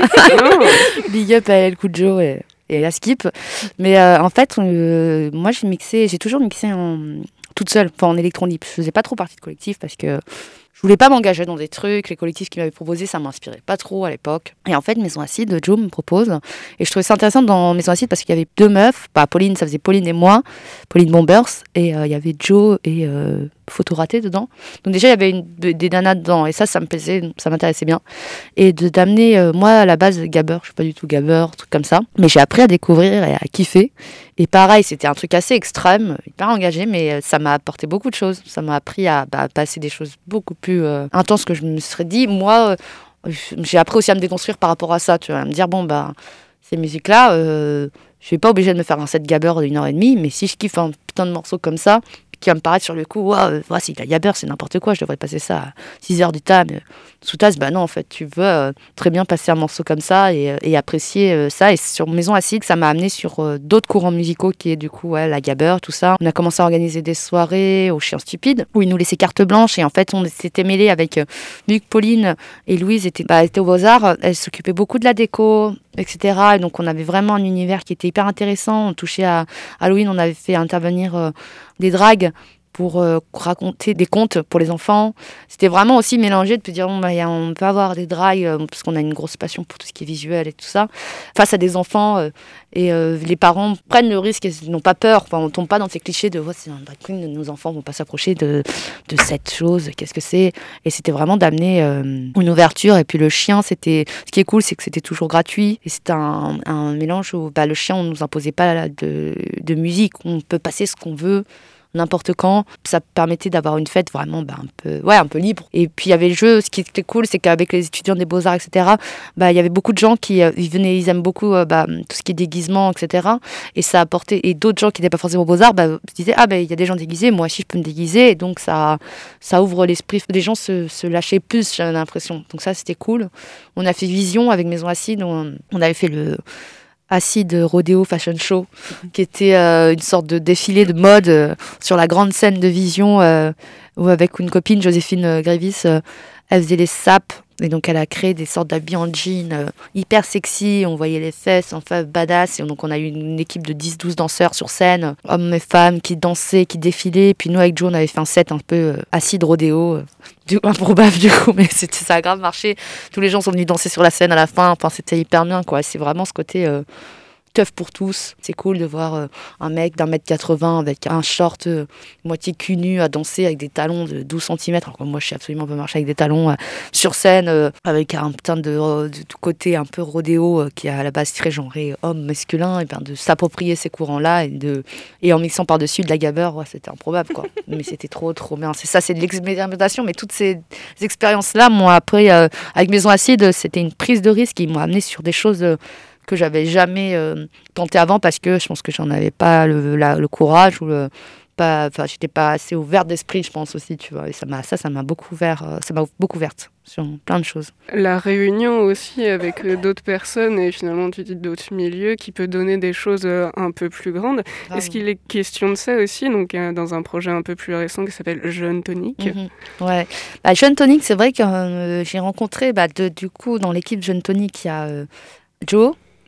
Oh. Big up à El Kujo et, et à Skip. Mais euh, en fait, euh, moi, j'ai mixé, j'ai toujours mixé en, toute seule, enfin en électronique. Je faisais pas trop partie de collectif parce que je voulais pas m'engager dans des trucs. Les collectifs qui m'avaient proposé, ça m'inspirait pas trop à l'époque. Et en fait, Maison Acide, Joe me propose. Et je trouvais ça intéressant dans Maison Acide parce qu'il y avait deux meufs. Bah, Pauline, ça faisait Pauline et moi. Pauline Bombers. Et euh, il y avait Joe et euh, Photo Raté dedans. Donc déjà, il y avait une, de- des nanas dedans. Et ça, ça me plaisait, ça m'intéressait bien. Et de d'amener, euh, moi, à la base, Gabber. Je suis pas du tout Gabber, truc comme ça. Mais j'ai appris à découvrir et à kiffer. Et pareil, c'était un truc assez extrême, hyper engagé, mais euh, ça m'a apporté beaucoup de choses. Ça m'a appris à bah, passer des choses beaucoup plus euh, intenses que je me serais dit. Moi, euh, j'ai appris aussi à me déconstruire par rapport à ça, tu vois, à me dire, bon, bah, ces musiques-là, euh, je suis pas obligée de me faire un set Gabber d'une heure et demie, mais si je kiffe un putain de morceau comme ça, qui va me paraître sur le coup, waouh, euh, ouais, c'est la Gabber, c'est n'importe quoi, je devrais passer ça à six heures du temps. Mais sous tasse, bah non, en fait, tu veux euh, très bien passer un morceau comme ça et, euh, et apprécier euh, ça. Et sur Maison Acide, ça m'a amené sur euh, d'autres courants musicaux qui est du coup ouais, la Gabber, tout ça. On a commencé à organiser des soirées au Chien Stupide où ils nous laissaient carte blanche et en fait, on s'était mêlés avec euh, Luc, Pauline et Louise étaient, bah, étaient aux Beaux-Arts. Elles s'occupaient beaucoup de la déco, et cetera. Et donc, on avait vraiment un univers qui était hyper intéressant. On touchait à Halloween, on avait fait intervenir euh, des dragues pour euh, raconter des contes pour les enfants. C'était vraiment aussi mélangé de te dire, bon, bah, y a- on peut avoir des dragues, euh, parce qu'on a une grosse passion pour tout ce qui est visuel et tout ça, face à des enfants. euh, et euh, les parents prennent le risque, et ils n'ont pas peur. Enfin, on ne tombe pas dans ces clichés de, oh, c'est un drag queen, nos enfants ne vont pas s'approcher de, de cette chose, qu'est-ce que c'est. Et c'était vraiment d'amener euh, une ouverture. Et puis le chien, c'était... ce qui est cool, c'est que c'était toujours gratuit. Et c'était un, un mélange où bah, le chien, on ne nous imposait pas de, de musique. On peut passer ce qu'on veut n'importe quand. Ça permettait d'avoir une fête vraiment bah, un peu ouais un peu libre. Et puis il y avait le jeu, ce qui était cool, c'est qu'avec les étudiants des Beaux-Arts, et cetera, bah, il y avait beaucoup de gens qui euh, ils venaient, ils aiment beaucoup euh, bah, tout ce qui est déguisement, et cetera. Et ça apportait, et d'autres gens qui n'étaient pas forcément aux Beaux-Arts bah, se disaient, ah ben bah, il y a des gens déguisés, moi aussi je peux me déguiser. Et donc ça, ça ouvre l'esprit. Les gens se, se lâchaient plus, j'avais l'impression. Donc ça, c'était cool. On a fait Vision avec Maison Acide, on, on avait fait le Acide Rodeo Fashion Show, qui était euh, une sorte de défilé de mode euh, sur la grande scène de Vision, euh, où avec une copine, Joséphine euh, Grévis, euh, elle faisait les sapes. Et donc, elle a créé des sortes d'habits en jean euh, hyper sexy. On voyait les fesses, enfin badass. Et donc, on a eu une équipe de dix douze danseurs sur scène, hommes et femmes qui dansaient, qui défilaient. Puis nous, avec Joe, on avait fait un set un peu euh, acide rodéo. Euh, du, improbable du coup, mais c'était, ça a grave marché. Tous les gens sont venus danser sur la scène à la fin. Enfin, c'était hyper bien, quoi. C'est vraiment ce côté... Euh, teuf pour tous. C'est cool de voir euh, un mec d'un mètre quatre-vingts avec un short euh, moitié cul nu à danser avec des talons de douze centimètres. Alors que moi, je sais absolument pas marcher avec des talons euh, sur scène euh, avec un putain de, euh, de tout côté un peu rodéo euh, qui est à la base très genré homme masculin, et ben de s'approprier ces courants-là et, de, et en mixant par-dessus de la Gabber, ouais, c'était improbable, quoi. Mais c'était trop, trop bien. C'est ça, c'est de l'expérimentation, mais toutes ces expériences-là m'ont appris, euh, avec Maison Acide, c'était une prise de risque qui m'ont amené sur des choses... Euh, que j'avais jamais euh, tenté avant parce que je pense que j'en avais pas le, la, le courage ou le pas, enfin j'étais pas assez ouverte d'esprit, je pense aussi, tu vois. Et ça m'a ça ça m'a beaucoup ouvert, euh, ça m'a beaucoup ouverte sur plein de choses. La réunion aussi avec euh, d'autres personnes et finalement tu dis d'autres milieux qui peut donner des choses euh, un peu plus grandes. Grave. Est-ce qu'il est question de ça aussi, donc euh, dans un projet un peu plus récent qui s'appelle Jeune Tonic? Mm-hmm. Ouais. Bah, Jeune Tonic, c'est vrai que euh, j'ai rencontré bah, de, du coup dans l'équipe Jeune Tonic il y a euh, Joe,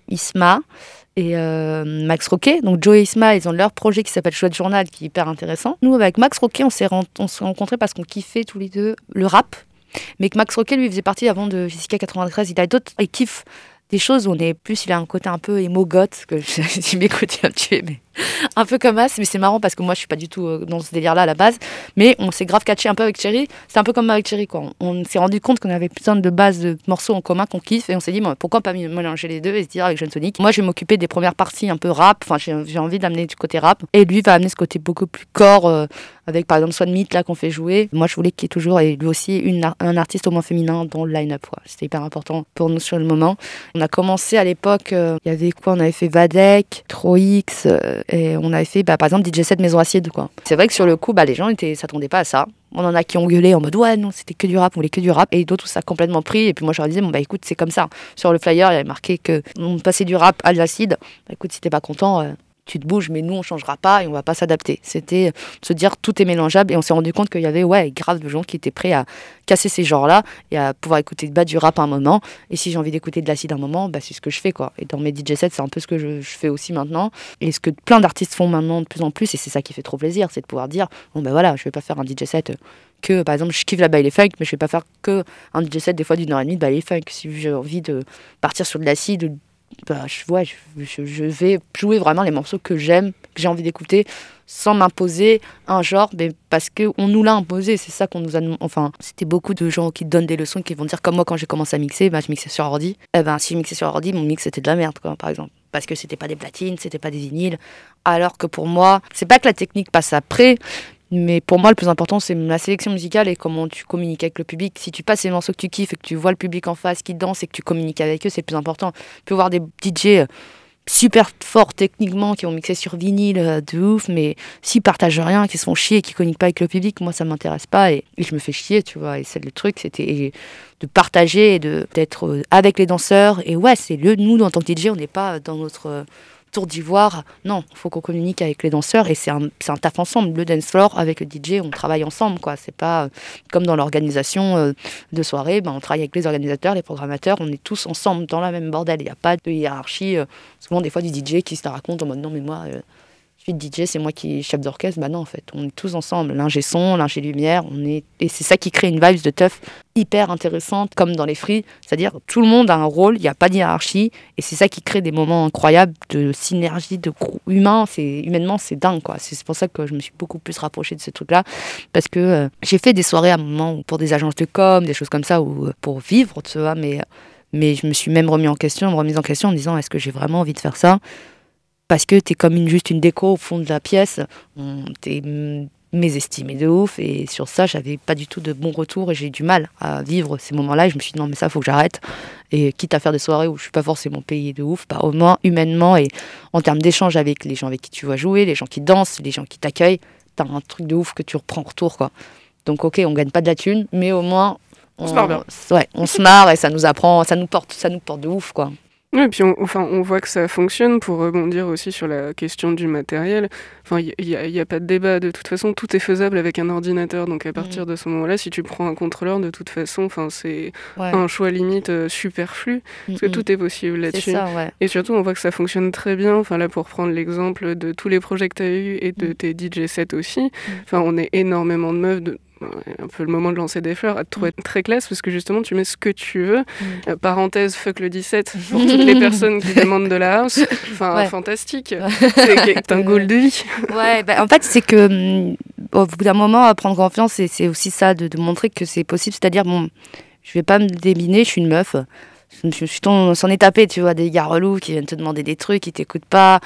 Isma et euh, Max Roquet. Donc Joe et Isma, ils ont leur projet qui s'appelle Chouette Journal, qui est hyper intéressant. Nous, avec Max Roquet, on s'est, ren- on s'est rencontrés parce qu'on kiffait tous les deux le rap. Mais que Max Roquet, lui, faisait partie avant de Jessica quatre-vingt-treize. Il a d'autres, il kiffe des choses où on est plus, il a un côté un peu émo-goth, que j'ai m'écouté un tuer, mais un peu comme As, mais c'est marrant parce que moi je suis pas du tout euh, dans ce délire-là à la base, mais on s'est grave catché un peu avec Cherry, c'est un peu comme avec Cherry quoi, on, on s'est rendu compte qu'on avait plein de bases de morceaux en commun qu'on kiffe et on s'est dit bon, pourquoi pas mélanger les deux et se dire avec Jeune Sonic, moi je vais m'occuper des premières parties un peu rap, enfin j'ai, j'ai envie d'amener du côté rap et lui va amener ce côté beaucoup plus corps euh, avec par exemple Swan Meat là qu'on fait jouer, moi je voulais qu'il y ait toujours et lui aussi une, un artiste au moins féminin dans le line-up quoi. C'était hyper important pour nous sur le moment. On a commencé à l'époque, il euh, y avait quoi, on avait fait Vadek, Troix euh, et on avait fait bah, par exemple D J sept Maison Acide quoi. C'est vrai que sur le coup bah, les gens étaient, s'attendaient pas à ça. On en a qui ont gueulé en mode ouais non c'était que du rap, on voulait que du rap et d'autres ça a complètement pris et puis moi je leur disais bon bah écoute c'est comme ça. Sur le flyer il y avait marqué que on passait du rap à de l'acide. Bah, écoute si t'es pas content euh, tu te bouges mais nous on changera pas et on va pas s'adapter. C'était de se dire tout est mélangeable et on s'est rendu compte qu'il y avait ouais grave de gens qui étaient prêts à casser ces genres-là et à pouvoir écouter bah, du rap à un moment et si j'ai envie d'écouter de l'acide à un moment bah c'est ce que je fais quoi. Et dans mes D J sets c'est un peu ce que je, je fais aussi maintenant et ce que plein d'artistes font maintenant de plus en plus et c'est ça qui fait trop plaisir, c'est de pouvoir dire bon ben bah, voilà je vais pas faire un D J set que par exemple je kiffe la baile funk mais je vais pas faire que un D J set des fois d'une heure et demie de baile funk. Si j'ai envie de partir sur de l'acide bah, je, ouais, je, je vais jouer vraiment les morceaux que j'aime, que j'ai envie d'écouter, sans m'imposer un genre, mais parce qu'on nous l'a imposé, c'est ça qu'on nous a... Enfin, c'était beaucoup de gens qui te donnent des leçons, qui vont dire, comme moi, quand j'ai commencé à mixer, bah, je mixais sur ordi. Eh ben, si je mixais sur ordi, mon mix, c'était de la merde, quoi, par exemple. Parce que c'était pas des platines, c'était pas des vinyles. Alors que pour moi, c'est pas que la technique passe après, mais pour moi, le plus important, c'est la sélection musicale et comment tu communiques avec le public. Si tu passes les morceaux que tu kiffes et que tu vois le public en face qui danse et que tu communiques avec eux, c'est le plus important. Tu peux voir des D J super forts techniquement qui ont mixé sur vinyle de ouf, mais s'ils partagent rien, qu'ils se font chier et qu'ils communiquent pas avec le public, moi, ça m'intéresse pas et, et je me fais chier, tu vois. Et c'est le truc, c'était de partager et de, d'être avec les danseurs. Et ouais, c'est le nous, en tant que D J, on n'est pas dans notre... tour d'ivoire, non, il faut qu'on communique avec les danseurs et c'est un, c'est un taf ensemble. Le dance floor avec le D J, on travaille ensemble, quoi. C'est pas euh, comme dans l'organisation euh, de soirée, ben, on travaille avec les organisateurs, les programmateurs, on est tous ensemble dans la même bordel. Il n'y a pas de hiérarchie. Euh, souvent, des fois, du D J qui se la raconte en mode non, mais moi, euh, je suis D J, c'est moi qui suis chef d'orchestre. Bah non, en fait, on est tous ensemble. L'ingé son, l'ingé lumière, on est... et c'est ça qui crée une vibe de teuf hyper intéressante, comme dans les free. C'est-à-dire, tout le monde a un rôle, il n'y a pas de hiérarchie, et c'est ça qui crée des moments incroyables de synergie, de groupe humain. C'est, humainement, c'est dingue, quoi. C'est pour ça que je me suis beaucoup plus rapprochée de ce truc-là, parce que euh, j'ai fait des soirées à un moment pour des agences de com, des choses comme ça, ou pour vivre, tu vois, mais, mais je me suis même remis en question, remise en question en me disant, est-ce que j'ai vraiment envie de faire ça ? Parce que t'es comme une, juste une déco au fond de la pièce, on, t'es mésestimé de ouf, et sur ça, j'avais pas du tout de bon retour, et j'ai eu du mal à vivre ces moments-là, et je me suis dit, non, mais ça, faut que j'arrête, et quitte à faire des soirées où je suis pas forcément payée de ouf, bah, au moins, humainement, et en termes d'échange avec les gens avec qui tu vas jouer, les gens qui dansent, les gens qui t'accueillent, t'as un truc de ouf que tu reprends en retour, quoi. Donc, ok, on gagne pas de la thune, mais au moins, on, on se marre bien. Ouais, on se marre, et ça nous apprend, ça nous porte, ça nous porte de ouf, quoi. Oui, et puis on, enfin, on voit que ça fonctionne. Pour rebondir aussi sur la question du matériel, enfin, il n'y a, y a pas de débat. De toute façon, tout est faisable avec un ordinateur. Donc à partir mmh. de ce moment-là, si tu prends un contrôleur, de toute façon, c'est ouais. un choix limite euh, superflu, mmh. parce que tout est possible là-dessus. Ça, ouais. Et surtout, on voit que ça fonctionne très bien. Enfin, là, pour prendre l'exemple de tous les projets que tu as eus et de mmh. tes D J sets aussi, mmh. enfin, on est énormément de meufs de... un peu le moment de lancer des fleurs, à te trouver mmh. très classe parce que justement tu mets ce que tu veux. Mmh. Euh, parenthèse, fuck le dix-sept pour toutes les personnes qui demandent de la house. Enfin, ouais. fantastique. C'est un goal de vie. Ouais, bah, en fait, c'est que au bout d'un moment, prendre confiance, c'est, c'est aussi ça, de, de montrer que c'est possible. C'est-à-dire, bon, je vais pas me déminer, je suis une meuf. Je me suis ton, s'en est tapé, tu vois, des gars relous qui viennent te demander des trucs, qui t'écoutent pas.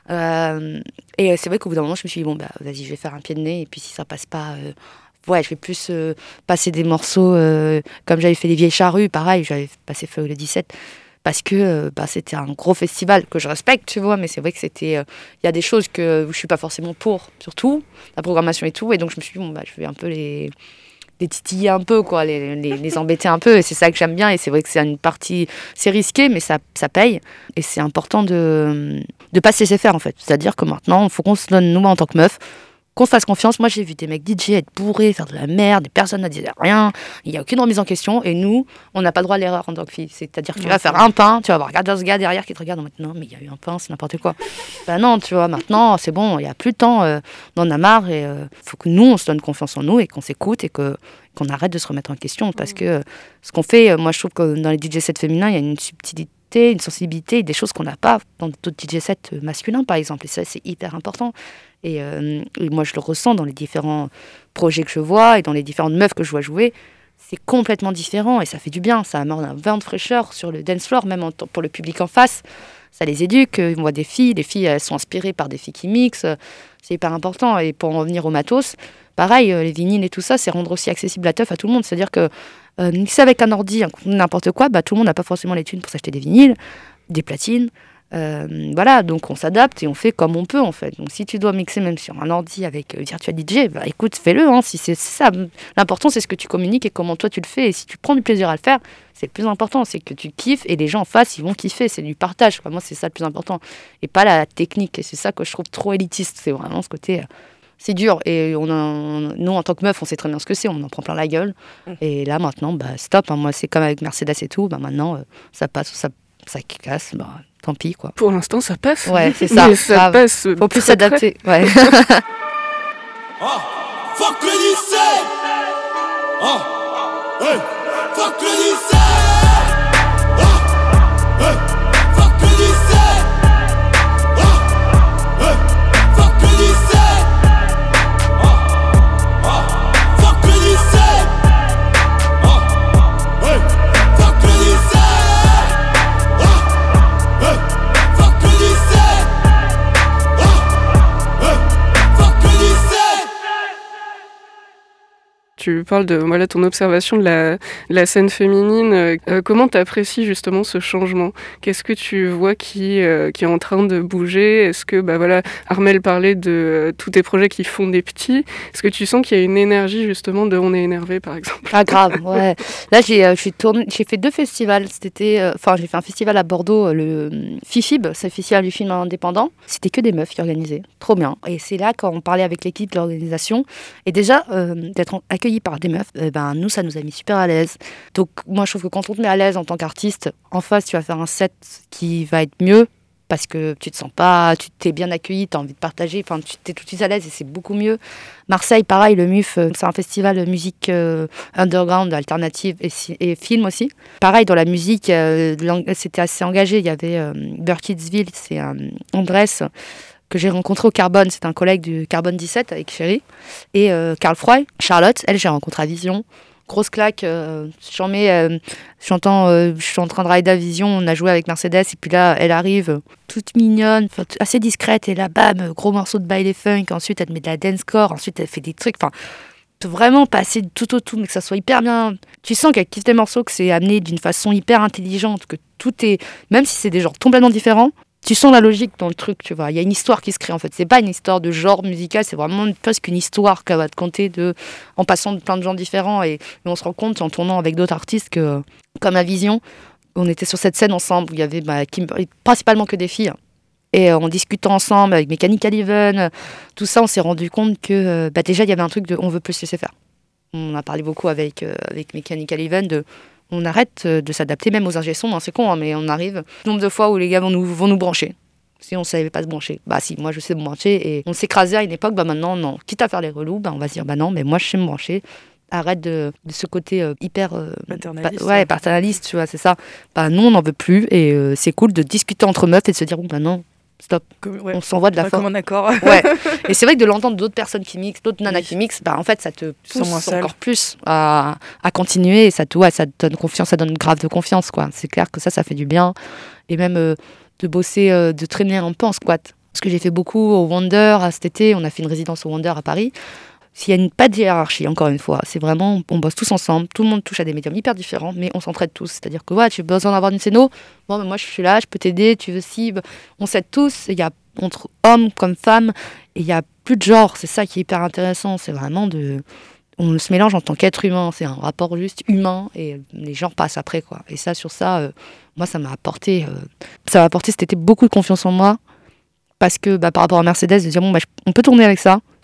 Euh, et c'est vrai qu'au bout d'un moment, je me suis dit, bon, bah, vas-y, je vais faire un pied de nez, et puis si ça passe pas. Euh, Ouais, je vais plus euh, passer des morceaux euh, comme j'avais fait les Vieilles Charrues, pareil, j'avais passé Feu le dix-sept, parce que euh, bah, c'était un gros festival que je respecte, tu vois, mais c'est vrai que c'était... Il euh, y a des choses que, où je suis pas forcément pour, surtout, la programmation et tout, et donc je me suis dit, bon, bah, je vais un peu les, les titiller un peu, quoi, les, les, les embêter un peu, et c'est ça que j'aime bien, et c'est vrai que c'est une partie... C'est risqué, mais ça, ça paye, et c'est important de ne pas se laisser faire, en fait. C'est-à-dire que maintenant, il faut qu'on se donne, nous, en tant que meuf, qu'on se fasse confiance. Moi, j'ai vu des mecs D J être bourrés, faire de la merde, des personnes ne disaient rien, il n'y a aucune remise en question. Et nous, on n'a pas le droit à l'erreur en tant que fille. C'est-à-dire que tu Ouais, vas c'est faire un pain, tu vas voir regarder ce gars derrière qui te regarde en mode non, mais il y a eu un pain, c'est n'importe quoi. Ben non, tu vois, maintenant, c'est bon, il n'y a plus de temps, euh, on en a marre et il euh, faut que nous, on se donne confiance en nous et qu'on s'écoute et que, qu'on arrête de se remettre en question. Parce que euh, ce qu'on fait, euh, moi, je trouve que dans les D J sets féminins, il y a une subtilité, une sensibilité, des choses qu'on n'a pas dans d'autres D J sets masculins, par exemple. Et ça, c'est hyper important. Et, euh, et moi, je le ressens dans les différents projets que je vois et dans les différentes meufs que je vois jouer. C'est complètement différent et ça fait du bien. Ça amène un vent de fraîcheur sur le dance floor, même en t- pour le public en face. Ça les éduque. Ils voient des filles. Les filles, elles sont inspirées par des filles qui mixent. C'est hyper important. Et pour en revenir au matos, pareil, les vinyles et tout ça, c'est rendre aussi accessible la teuf à tout le monde. C'est-à-dire que euh, mixer avec un ordi, n'importe quoi, bah, tout le monde n'a pas forcément les thunes pour s'acheter des vinyles, des platines. Euh, voilà, donc on s'adapte et on fait comme on peut en fait. Donc si tu dois mixer même sur un ordi avec euh, Virtual D J, bah écoute, fais-le. Hein, si c'est, c'est ça, l'important c'est ce que tu communiques et comment toi tu le fais. Et si tu prends du plaisir à le faire, c'est le plus important, c'est que tu kiffes et les gens en face ils vont kiffer. C'est du partage. Quoi. Moi c'est ça le plus important et pas la technique. Et c'est ça que je trouve trop élitiste. C'est vraiment ce côté. Euh, c'est dur et on a, on, nous en tant que meuf on sait très bien ce que c'est. On en prend plein la gueule. Et là maintenant, bah stop. Hein, moi c'est comme avec Mercedes et tout. Bah maintenant euh, ça passe, ça ça casse. Bah, tant pis quoi. Pour l'instant, ça passe. Ouais, c'est ça. Mais ça grave. passe. Faut plus très, s'adapter. très... Ouais. Oh, fuck le dix-sept. Oh, hey, fuck le dix-sept. Oh, hey, fuck le dix-sept. Oh, hey, fuck le dix-sept. Oh, oh, fuck le dix-sept. Oh, hey, fuck le dix-sept. Tu parles de voilà, ton observation de la, la scène féminine. Euh, comment tu apprécies justement ce changement ? Qu'est-ce que tu vois qui, euh, qui est en train de bouger ? Est-ce que, bah, voilà, Armelle parlait de euh, tous tes projets qui font des petits. Est-ce que tu sens qu'il y a une énergie justement de On est énervé par exemple ? Ah grave, ouais. Là j'ai, euh, j'ai, tourné, j'ai fait deux festivals. C'était, enfin euh, j'ai fait un festival à Bordeaux, le FIFIB, c'est le festival du film indépendant. C'était que des meufs qui organisaient, trop bien. Et c'est là quand on parlait avec l'équipe de l'organisation. Et déjà, euh, d'être accueilli par des meufs, eh ben, nous, ça nous a mis super à l'aise. Donc, moi, je trouve que quand on te met à l'aise en tant qu'artiste, en face, tu vas faire un set qui va être mieux parce que tu te sens pas, tu t'es bien accueilli, tu as envie de partager, enfin, tu t'es tout de suite à l'aise et c'est beaucoup mieux. Marseille, pareil, le M U F, c'est un festival de musique euh, underground, alternative et, et film aussi. Pareil, dans la musique, euh, c'était assez engagé. Il y avait euh, Burkittsville, c'est euh, Andrés, que j'ai rencontré au Carbone, c'est un collègue du Carbone dix-sept avec Chéri, et euh, Carl Froy, Charlotte, elle j'ai rencontré à Vision, grosse claque, euh, j'en mets, euh, j'entends, euh, je suis en train de rider à Vision, on a joué avec Mercedes, et puis là elle arrive, euh, toute mignonne, assez discrète, et là bam, gros morceau de baile funk, ensuite elle met de la dancecore, ensuite elle fait des trucs, enfin, vraiment passer tout au tout, mais que ça soit hyper bien, tu sens qu'elle kiffe tes morceaux, que c'est amené d'une façon hyper intelligente, que tout est, même si c'est des genres complètement différents, tu sens la logique dans le truc, tu vois. Il y a une histoire qui se crée, en fait. C'est pas une histoire de genre musical, c'est vraiment presque une histoire qu'elle va te conter de, en passant de plein de gens différents. Et, et on se rend compte, en tournant avec d'autres artistes, que, comme à Vision, on était sur cette scène ensemble, où il y avait bah, qui, principalement que des filles. Et euh, en discutant ensemble avec Mechanical Even, euh, tout ça, on s'est rendu compte que euh, bah, déjà, il y avait un truc de on veut plus se laisser faire. On a parlé beaucoup avec, euh, avec Mechanical Even de... On arrête de s'adapter même aux ingé sons, hein, c'est con, hein, mais on arrive. Le nombre de fois où les gars vont nous, vont nous brancher. Si on ne savait pas se brancher. Bah si, moi je sais me brancher. Et on s'écrasait à une époque, bah maintenant non. Quitte à faire les relous, bah on va se dire, bah non, mais moi je sais me brancher. Arrête de, de ce côté euh, hyper... Euh, paternaliste. Pa- ouais, paternaliste, tu vois, c'est ça. Bah non, on n'en veut plus. Et euh, c'est cool de discuter entre meufs et de se dire, bah non, stop. Comme, ouais. On s'envoie de la Pas force. comme un accord. Ouais. Et c'est vrai que de l'entendre d'autres personnes qui mixent, d'autres nanas Oui. qui mixent, bah en fait ça te Tu sens moins pousse seul. encore plus à, à continuer et ça te, ouais, ça te donne confiance, ça donne grave de confiance quoi. C'est clair que ça, ça fait du bien. Et même euh, de bosser, euh, de traîner un peu en squat. Parce que j'ai fait beaucoup au Wonder cet été, on a fait une résidence au Wonder à Paris. S'il y a une, pas de hiérarchie, encore une fois, c'est vraiment, on bosse tous ensemble, tout le monde touche à des médiums hyper différents, mais on s'entraide tous. C'est-à-dire que ouais, tu as besoin d'avoir une scéno, bon, ben, moi je suis là, je peux t'aider, tu veux si, ben, on s'aide tous, il y a entre hommes comme femmes, et il n'y a plus de genre, c'est ça qui est hyper intéressant, c'est vraiment de... On se mélange en tant qu'être humain, c'est un rapport juste humain, et les genres passent après, quoi. Et ça, sur ça, euh, moi, ça m'a apporté, euh, ça m'a apporté cet été beaucoup de confiance en moi, parce que bah, par rapport à Mercedes, de dire bon, bah, je- on peut tourner avec ça,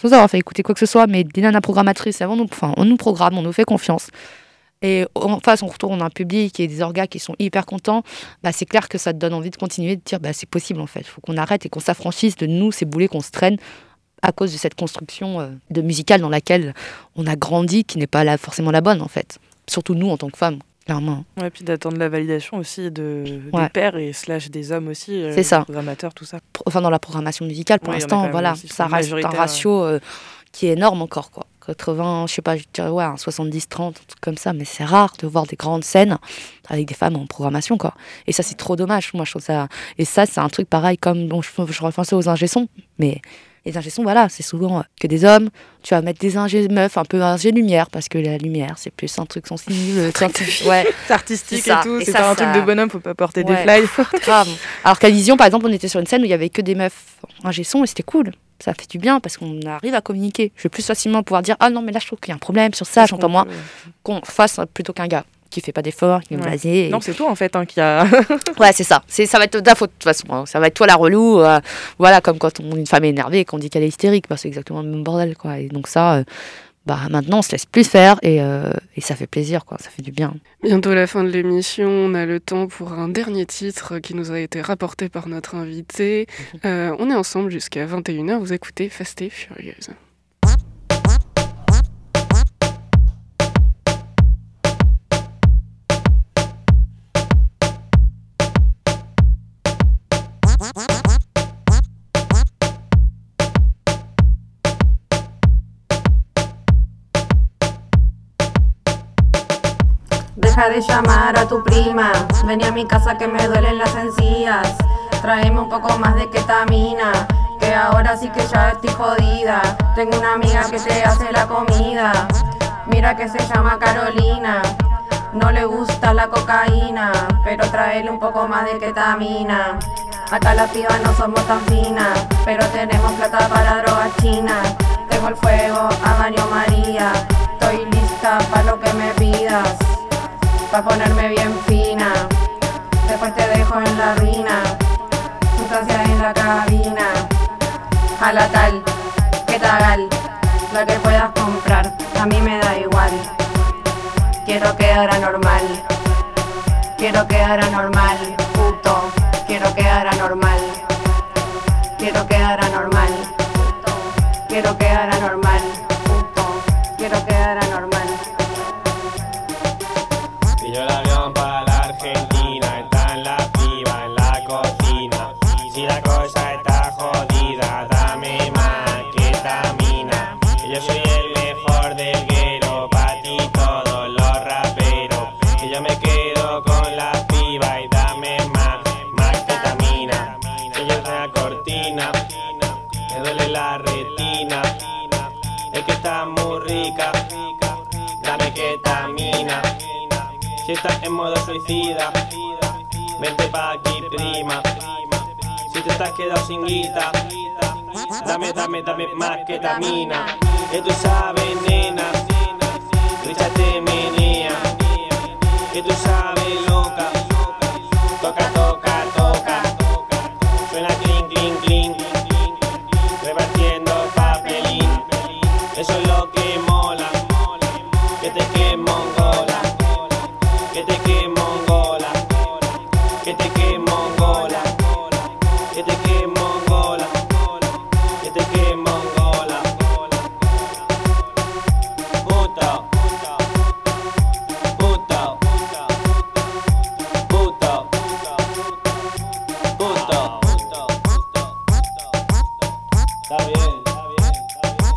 sans avoir fait écouter quoi que ce soit, mais des nanas programmatrices, avant nous, enfin, on nous programme, on nous fait confiance. Et en face, on retourne, on a un public et des orgas qui sont hyper contents. Bah, c'est clair que ça te donne envie de continuer, de dire bah, c'est possible en fait. Il faut qu'on arrête et qu'on s'affranchisse de nous, ces boulets qu'on se traîne à cause de cette construction euh, de musicale dans laquelle on a grandi, qui n'est pas la, forcément la bonne en fait. Surtout nous en tant que femmes, clairement. Ouais, puis d'attendre la validation aussi de, Ouais. des pères et slash des hommes aussi, euh, C'est ça. programmateurs, tout ça. Enfin, dans la programmation musicale, pour Ouais, il y en a quand l'instant, même voilà, aussi qui ça sont reste un majoritaires, ratio euh, qui est énorme encore, quoi. quatre-vingts, je sais pas, je dirais ouais, un soixante-dix trente, un truc comme ça, mais c'est rare de voir des grandes scènes avec des femmes en programmation, quoi. Et ça, c'est trop dommage, moi, je trouve ça. Et ça, c'est un truc pareil, comme bon, je, je repensais aux ingé-sons, mais les ingé-sons, voilà, c'est souvent euh, que des hommes. Tu vas mettre des ingé meufs, un peu ingé lumière, parce que la lumière, c'est plus un truc sensible, truc de fille. Ouais, c'est artistique c'est ça. et tout, Et c'est ça, pas un ça- truc de bonhomme, faut pas porter Ouais. des fly. grave. Alors qu'à Vision, par exemple, on était sur une scène où il y avait que des meufs ingé-son et c'était cool. Ça fait du bien parce qu'on arrive à communiquer. Je vais plus facilement pouvoir dire ah non mais là je trouve qu'il y a un problème sur ça, j'entends moi, qu'on fasse plutôt qu'un gars qui fait pas d'efforts, qui est Ouais. blasé. et- Non, c'est toi en fait hein, qui a. Ouais, c'est ça. C'est, ça va être ta faute de toute façon. hein. Ça va être toi la relou. euh, voilà, comme quand on, une femme est énervée et qu'on dit qu'elle est hystérique. Bah, c'est exactement le même bordel, quoi. Et donc ça, euh, bah, maintenant, on se laisse plus faire et, euh, et ça fait plaisir, quoi. Ça fait du bien. Bientôt la fin de l'émission, on a le temps pour un dernier titre qui nous a été rapporté par notre invité. Euh, on est ensemble jusqu'à vingt et une heures, vous écoutez Fast et Furieuse. Deja de llamar a tu prima, vení a mi casa que me duelen las encías. Tráeme un poco más de ketamina, que ahora sí que ya estoy jodida. Tengo una amiga que te hace la comida, mira que se llama Carolina. No le gusta la cocaína, pero tráele un poco más de ketamina. Acá las pibas no somos tan finas, pero tenemos plata para drogas chinas. Tengo el fuego a baño María, estoy lista para lo que me pidas, pa' ponerme bien fina. Después te dejo en la ruina, sustancia en la cabina. A la tal, que tagal, la que puedas comprar, a mí me da igual. Quiero quedar anormal, quiero quedar anormal, puto. Quiero quedar anormal, quiero quedar anormal, puto. Quiero quedar anormal, puto. Quiero quedar anormal. Pillo el avión para la Argentina, está en la piba en la cocina. Si la cosa está jodida, dame más ketamina. Que yo soy el mejor del guero, pa' ti todos los raperos. Que yo me quedo con la piba y dame más, más ketamina. Que yo soy la cortina, me duele la retina. Es que está muy rica, dame ketamina. Si estás en modo suicida, vente pa' aquí, prima. Si te estás quedado sin guita, dame, dame, dame más ketamina. Que tú sabes, nena, Richa te menea. Que tú sabes, loca, toca, toca, toca. Suena clink, clink, clink, repartiendo papelín. Eso es lo que mola, que te quemo Angola. Que te quemo Angola, que te quemo Angola, que te quemo Angola, que te quemo Angola. Puto, puto, puto, puto. Está bien, está bien, está bien.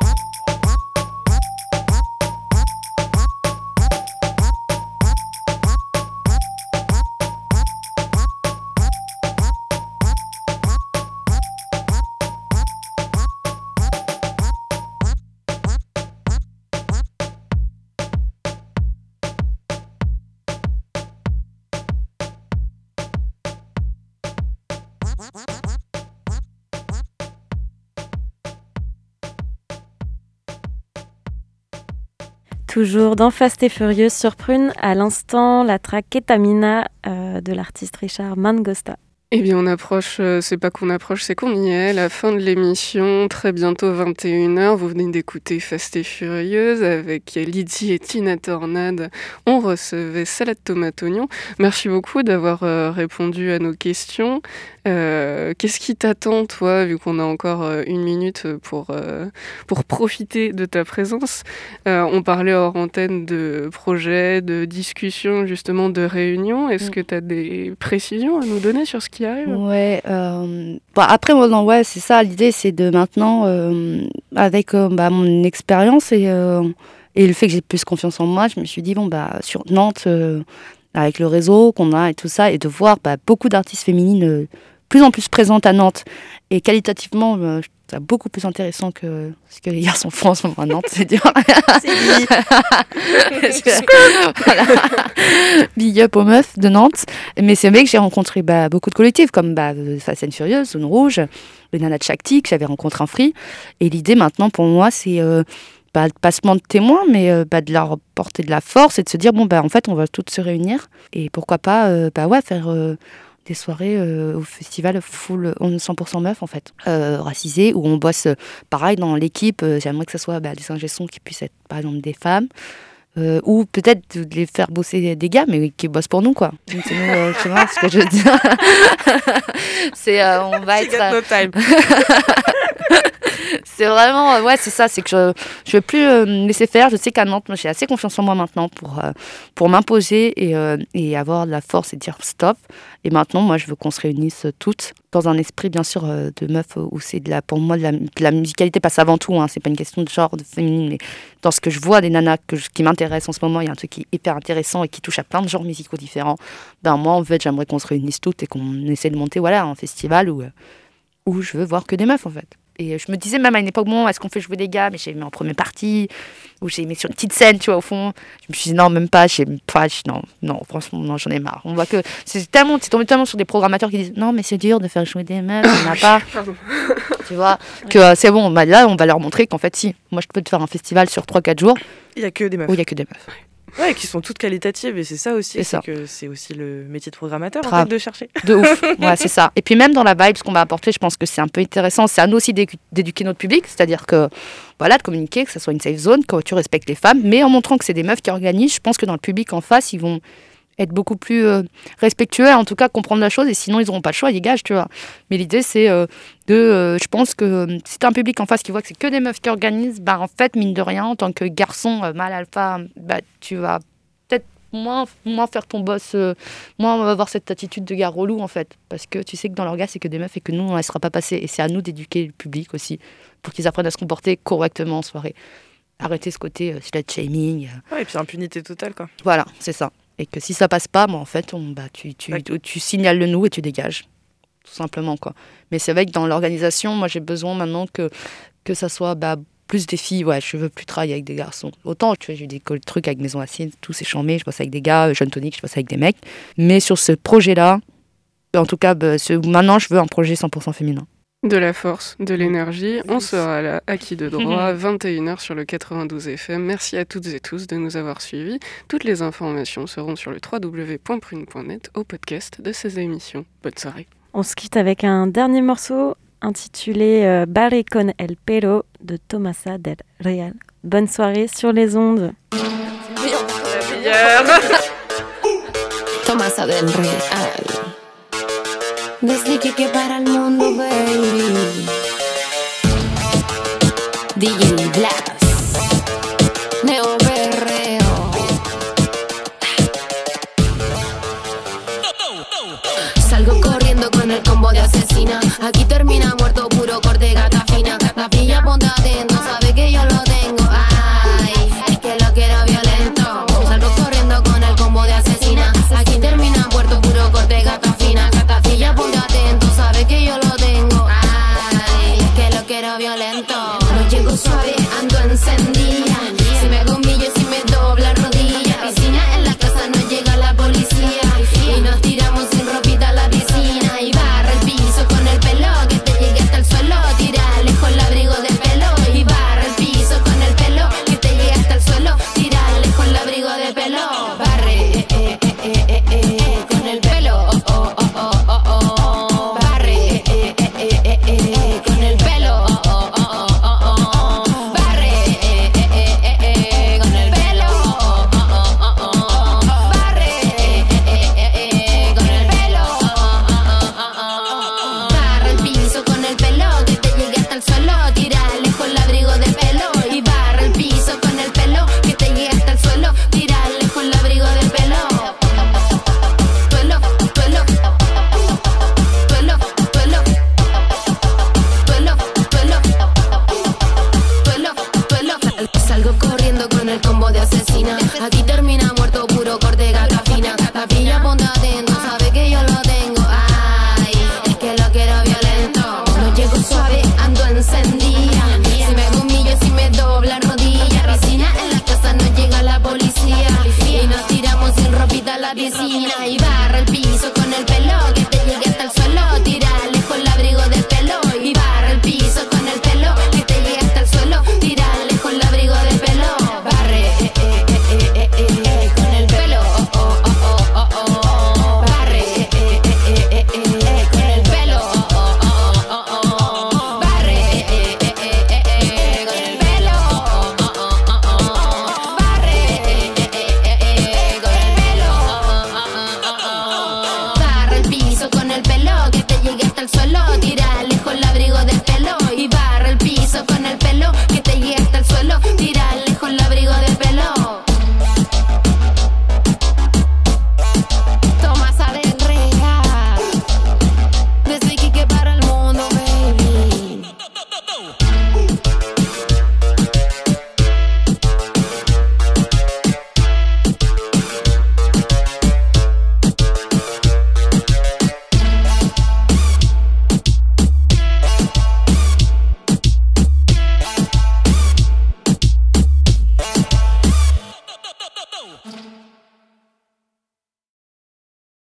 Toujours dans Fast et Furieuse sur Prune, à l'instant, la track Ketamina euh, de l'artiste Richard Mangosta. Eh bien, on approche, euh, c'est pas qu'on approche, c'est qu'on y est, la fin de l'émission, très bientôt vingt et une heures. Vous venez d'écouter Fast et Furieuse avec Lydie et Tina Tornade. On recevait Salade Tomate Oignon. Merci beaucoup d'avoir euh, répondu à nos questions. Euh, qu'est-ce qui t'attend, toi, vu qu'on a encore euh, une minute pour, euh, pour profiter de ta présence? euh, On parlait hors antenne de projets, de discussions, justement, de réunions. Est-ce que tu as des précisions à nous donner sur ce qui arrive? Ouais, euh, bah après, moi, non, ouais, c'est ça. L'idée, c'est de maintenant, euh, avec euh, bah, mon expérience et, euh, et le fait que j'ai plus confiance en moi, je me suis dit, bon, bah, sur Nantes, euh, avec le réseau qu'on a et tout ça, et de voir bah, beaucoup d'artistes féminines euh, plus en plus présentes à Nantes. Et qualitativement, euh, c'est beaucoup plus intéressant que ce que les garçons font en ce moment à Nantes, c'est dur. C'est dit. Voilà. Big up aux meufs de Nantes. Mais c'est vrai que j'ai rencontré bah, beaucoup de collectifs, comme bah, Fast and Furious, Zone Rouge, le Nana Chakti, que j'avais rencontré en free. Et l'idée maintenant, pour moi, c'est euh, bah, le passement de témoins, mais euh, bah, de leur porter de la force et de se dire, bon, bah, en fait, on va toutes se réunir. Et pourquoi pas euh, bah, ouais, faire... Euh, des soirées euh, au festival full cent pour cent meufs en fait, euh, racisées, où on bosse euh, pareil dans l'équipe. Euh, j'aimerais que ce soit bah, des ingé sons qui puissent être par exemple des femmes, euh, ou peut-être de les faire bosser des gars, mais qui bossent pour nous quoi. Donc, c'est nous, euh, tu vois ce que je veux dire. C'est euh, on va être. No time. C'est vraiment, euh, ouais, c'est ça, c'est que je je veux plus euh, me laisser faire. Je sais qu'à Nantes, moi, j'ai assez confiance en moi maintenant pour euh, pour m'imposer et euh, et avoir de la force et dire stop. Et maintenant, moi, je veux qu'on se réunisse toutes dans un esprit, bien sûr, euh, de meuf où c'est de la, pour moi, de la, de la musicalité passe avant tout. Hein, c'est pas une question de genre, de féminine, mais dans ce que je vois des nanas que je, qui m'intéressent en ce moment, il y a un truc qui est hyper intéressant et qui touche à plein de genres musicaux différents. Ben moi, en fait, j'aimerais qu'on se réunisse toutes et qu'on essaie de monter, voilà, un festival où où je veux voir que des meufs, en fait. Et je me disais même à une époque, bon, est-ce qu'on fait jouer des gars? Mais j'ai mis en première partie, ou j'ai mis sur une petite scène, tu vois, au fond. Je me suis dit, non, même pas, j'ai pas, non, non, franchement, non, j'en ai marre. On voit que c'est tellement, c'est tombé tellement sur des programmateurs qui disent, non, mais c'est dur de faire jouer des meufs, on n'a pas. Tu vois, que euh, c'est bon, bah, là, on va leur montrer qu'en fait, si, moi, je peux te faire un festival sur trois quatre jours. Il n'y a que des meufs. Où il n'y a que des meufs. Ouais, qui sont toutes qualitatives, et c'est ça aussi, c'est, c'est ça. que c'est aussi le métier de programmateur, Grave. en fait, de chercher. De ouf, ouais, c'est ça. Et puis même dans la vibe, ce qu'on va apporter, je pense que c'est un peu intéressant, c'est à nous aussi d'édu- d'éduquer notre public, c'est-à-dire que, voilà, de communiquer, que ça soit une safe zone, que tu respectes les femmes, mais en montrant que c'est des meufs qui organisent, je pense que dans le public en face, ils vont être beaucoup plus euh, respectueux, en tout cas comprendre la chose, et sinon ils n'auront pas le choix, ils dégagent, tu vois. Mais l'idée, c'est euh, de, euh, je pense que euh, si tu as un public en face qui voit que c'est que des meufs qui organisent, bah en fait, mine de rien, en tant que garçon euh, mâle alpha, bah tu vas peut-être moins, moins faire ton boss, euh, moins avoir cette attitude de gars relou, en fait. Parce que tu sais que dans leur gars, c'est que des meufs et que nous, on ne laissera pas passer. Et c'est à nous d'éduquer le public aussi, pour qu'ils apprennent à se comporter correctement en soirée. Arrêter ce côté euh, slut-shaming. Euh. Ouais, et puis impunité totale, quoi. Voilà, c'est ça. Et que si ça passe pas, bah, en fait, on, bah, tu, tu, tu, tu signales le nous et tu dégages. Tout simplement, quoi. Mais c'est vrai que dans l'organisation, moi, j'ai besoin maintenant que, que ça soit bah, plus des filles. Ouais, je veux plus travailler avec des garçons. Autant, tu vois, j'ai eu des trucs avec Maison Assiette, tout c'est chambé. Je bosse avec des gars, Jeune Tonic, je bosse avec des mecs. Mais sur ce projet-là, en tout cas, bah, ce, maintenant, je veux un projet cent pour cent féminin. De la force, de l'énergie, on sera là, acquis de droit, vingt et une heures sur le quatre-vingt-douze F M. Merci à toutes et tous de nous avoir suivis. Toutes les informations seront sur le w w w point prune point net au podcast de ces émissions. Bonne soirée. On se quitte avec un dernier morceau intitulé euh, Barre con el pelo de Tomasa del Real. Bonne soirée sur les ondes. Tomasa del Real. Desde que que para el mundo, baby. D J Blas, Neo Berreo. Salgo corriendo con el combo de asesina. Aquí termina muerto, puro corte, gata fina. La pilla, ponte atento, sabe que yo lo tengo. Ay, es que lo quiero violento. Salgo corriendo con el combo de asesina. Aquí termina muerto, puro corte, gata fina. Gatafilla, ponte atento, sabe que yo lo tengo. Ay, es que lo quiero violento. No llego suave, ando encendida. Si me hago un millo, si me dobla rodilla. Piscina en la casa, no llega la policía. Y nos tiramos sin ropita a la piscina. Y barra el piso con el pelo, que te llegue hasta el suelo. Tira lejos el abrigo de pelo. Y barra el piso con el pelo, que te llegue hasta el suelo. Tira lejos el abrigo de pelo. Barre, eh, eh, eh, eh, eh, eh, con el pelo, oh, oh, oh, oh, oh, oh. Aquí termina muerto, puro corte, gata fina. La pilla, ponte atento, sabe que yo lo tengo. Ay, es que lo quiero violento. No llego suave, ando encendida. Si me humillo, si me dobla rodilla. Piscina en la casa, no llega la policía. Y nos tiramos sin ropita a la piscina. Y barra el piso con el pelo, que te llegue hasta el suelo. Tirale con el abrigo de pelo. Y barra el piso con el pelo, que te llegue hasta el suelo. Tirale con el abrigo de pelo. Barre, eh, eh, eh, eh, eh, eh, con el pelo. Oh, oh, oh, oh, oh, oh. Barre, eh, eh, eh, eh, eh, eh, con el pelo. Oh, oh, oh, oh, oh. Barre, eh, eh, eh, eh, eh, con el pelo. Oh, oh, oh, oh, oh. Barre, eh, eh, eh, eh, con el pelo. Oh, oh, oh, oh. Barra el piso con el pelo, que te llegue hasta el suelo. Tírale con el abrigo del pelo. Y barra el piso con el pelo, que te llegue hasta el suelo. Tírale con el abrigo del pelo. Tomasa del Real, desde Iquique para el mundo, baby.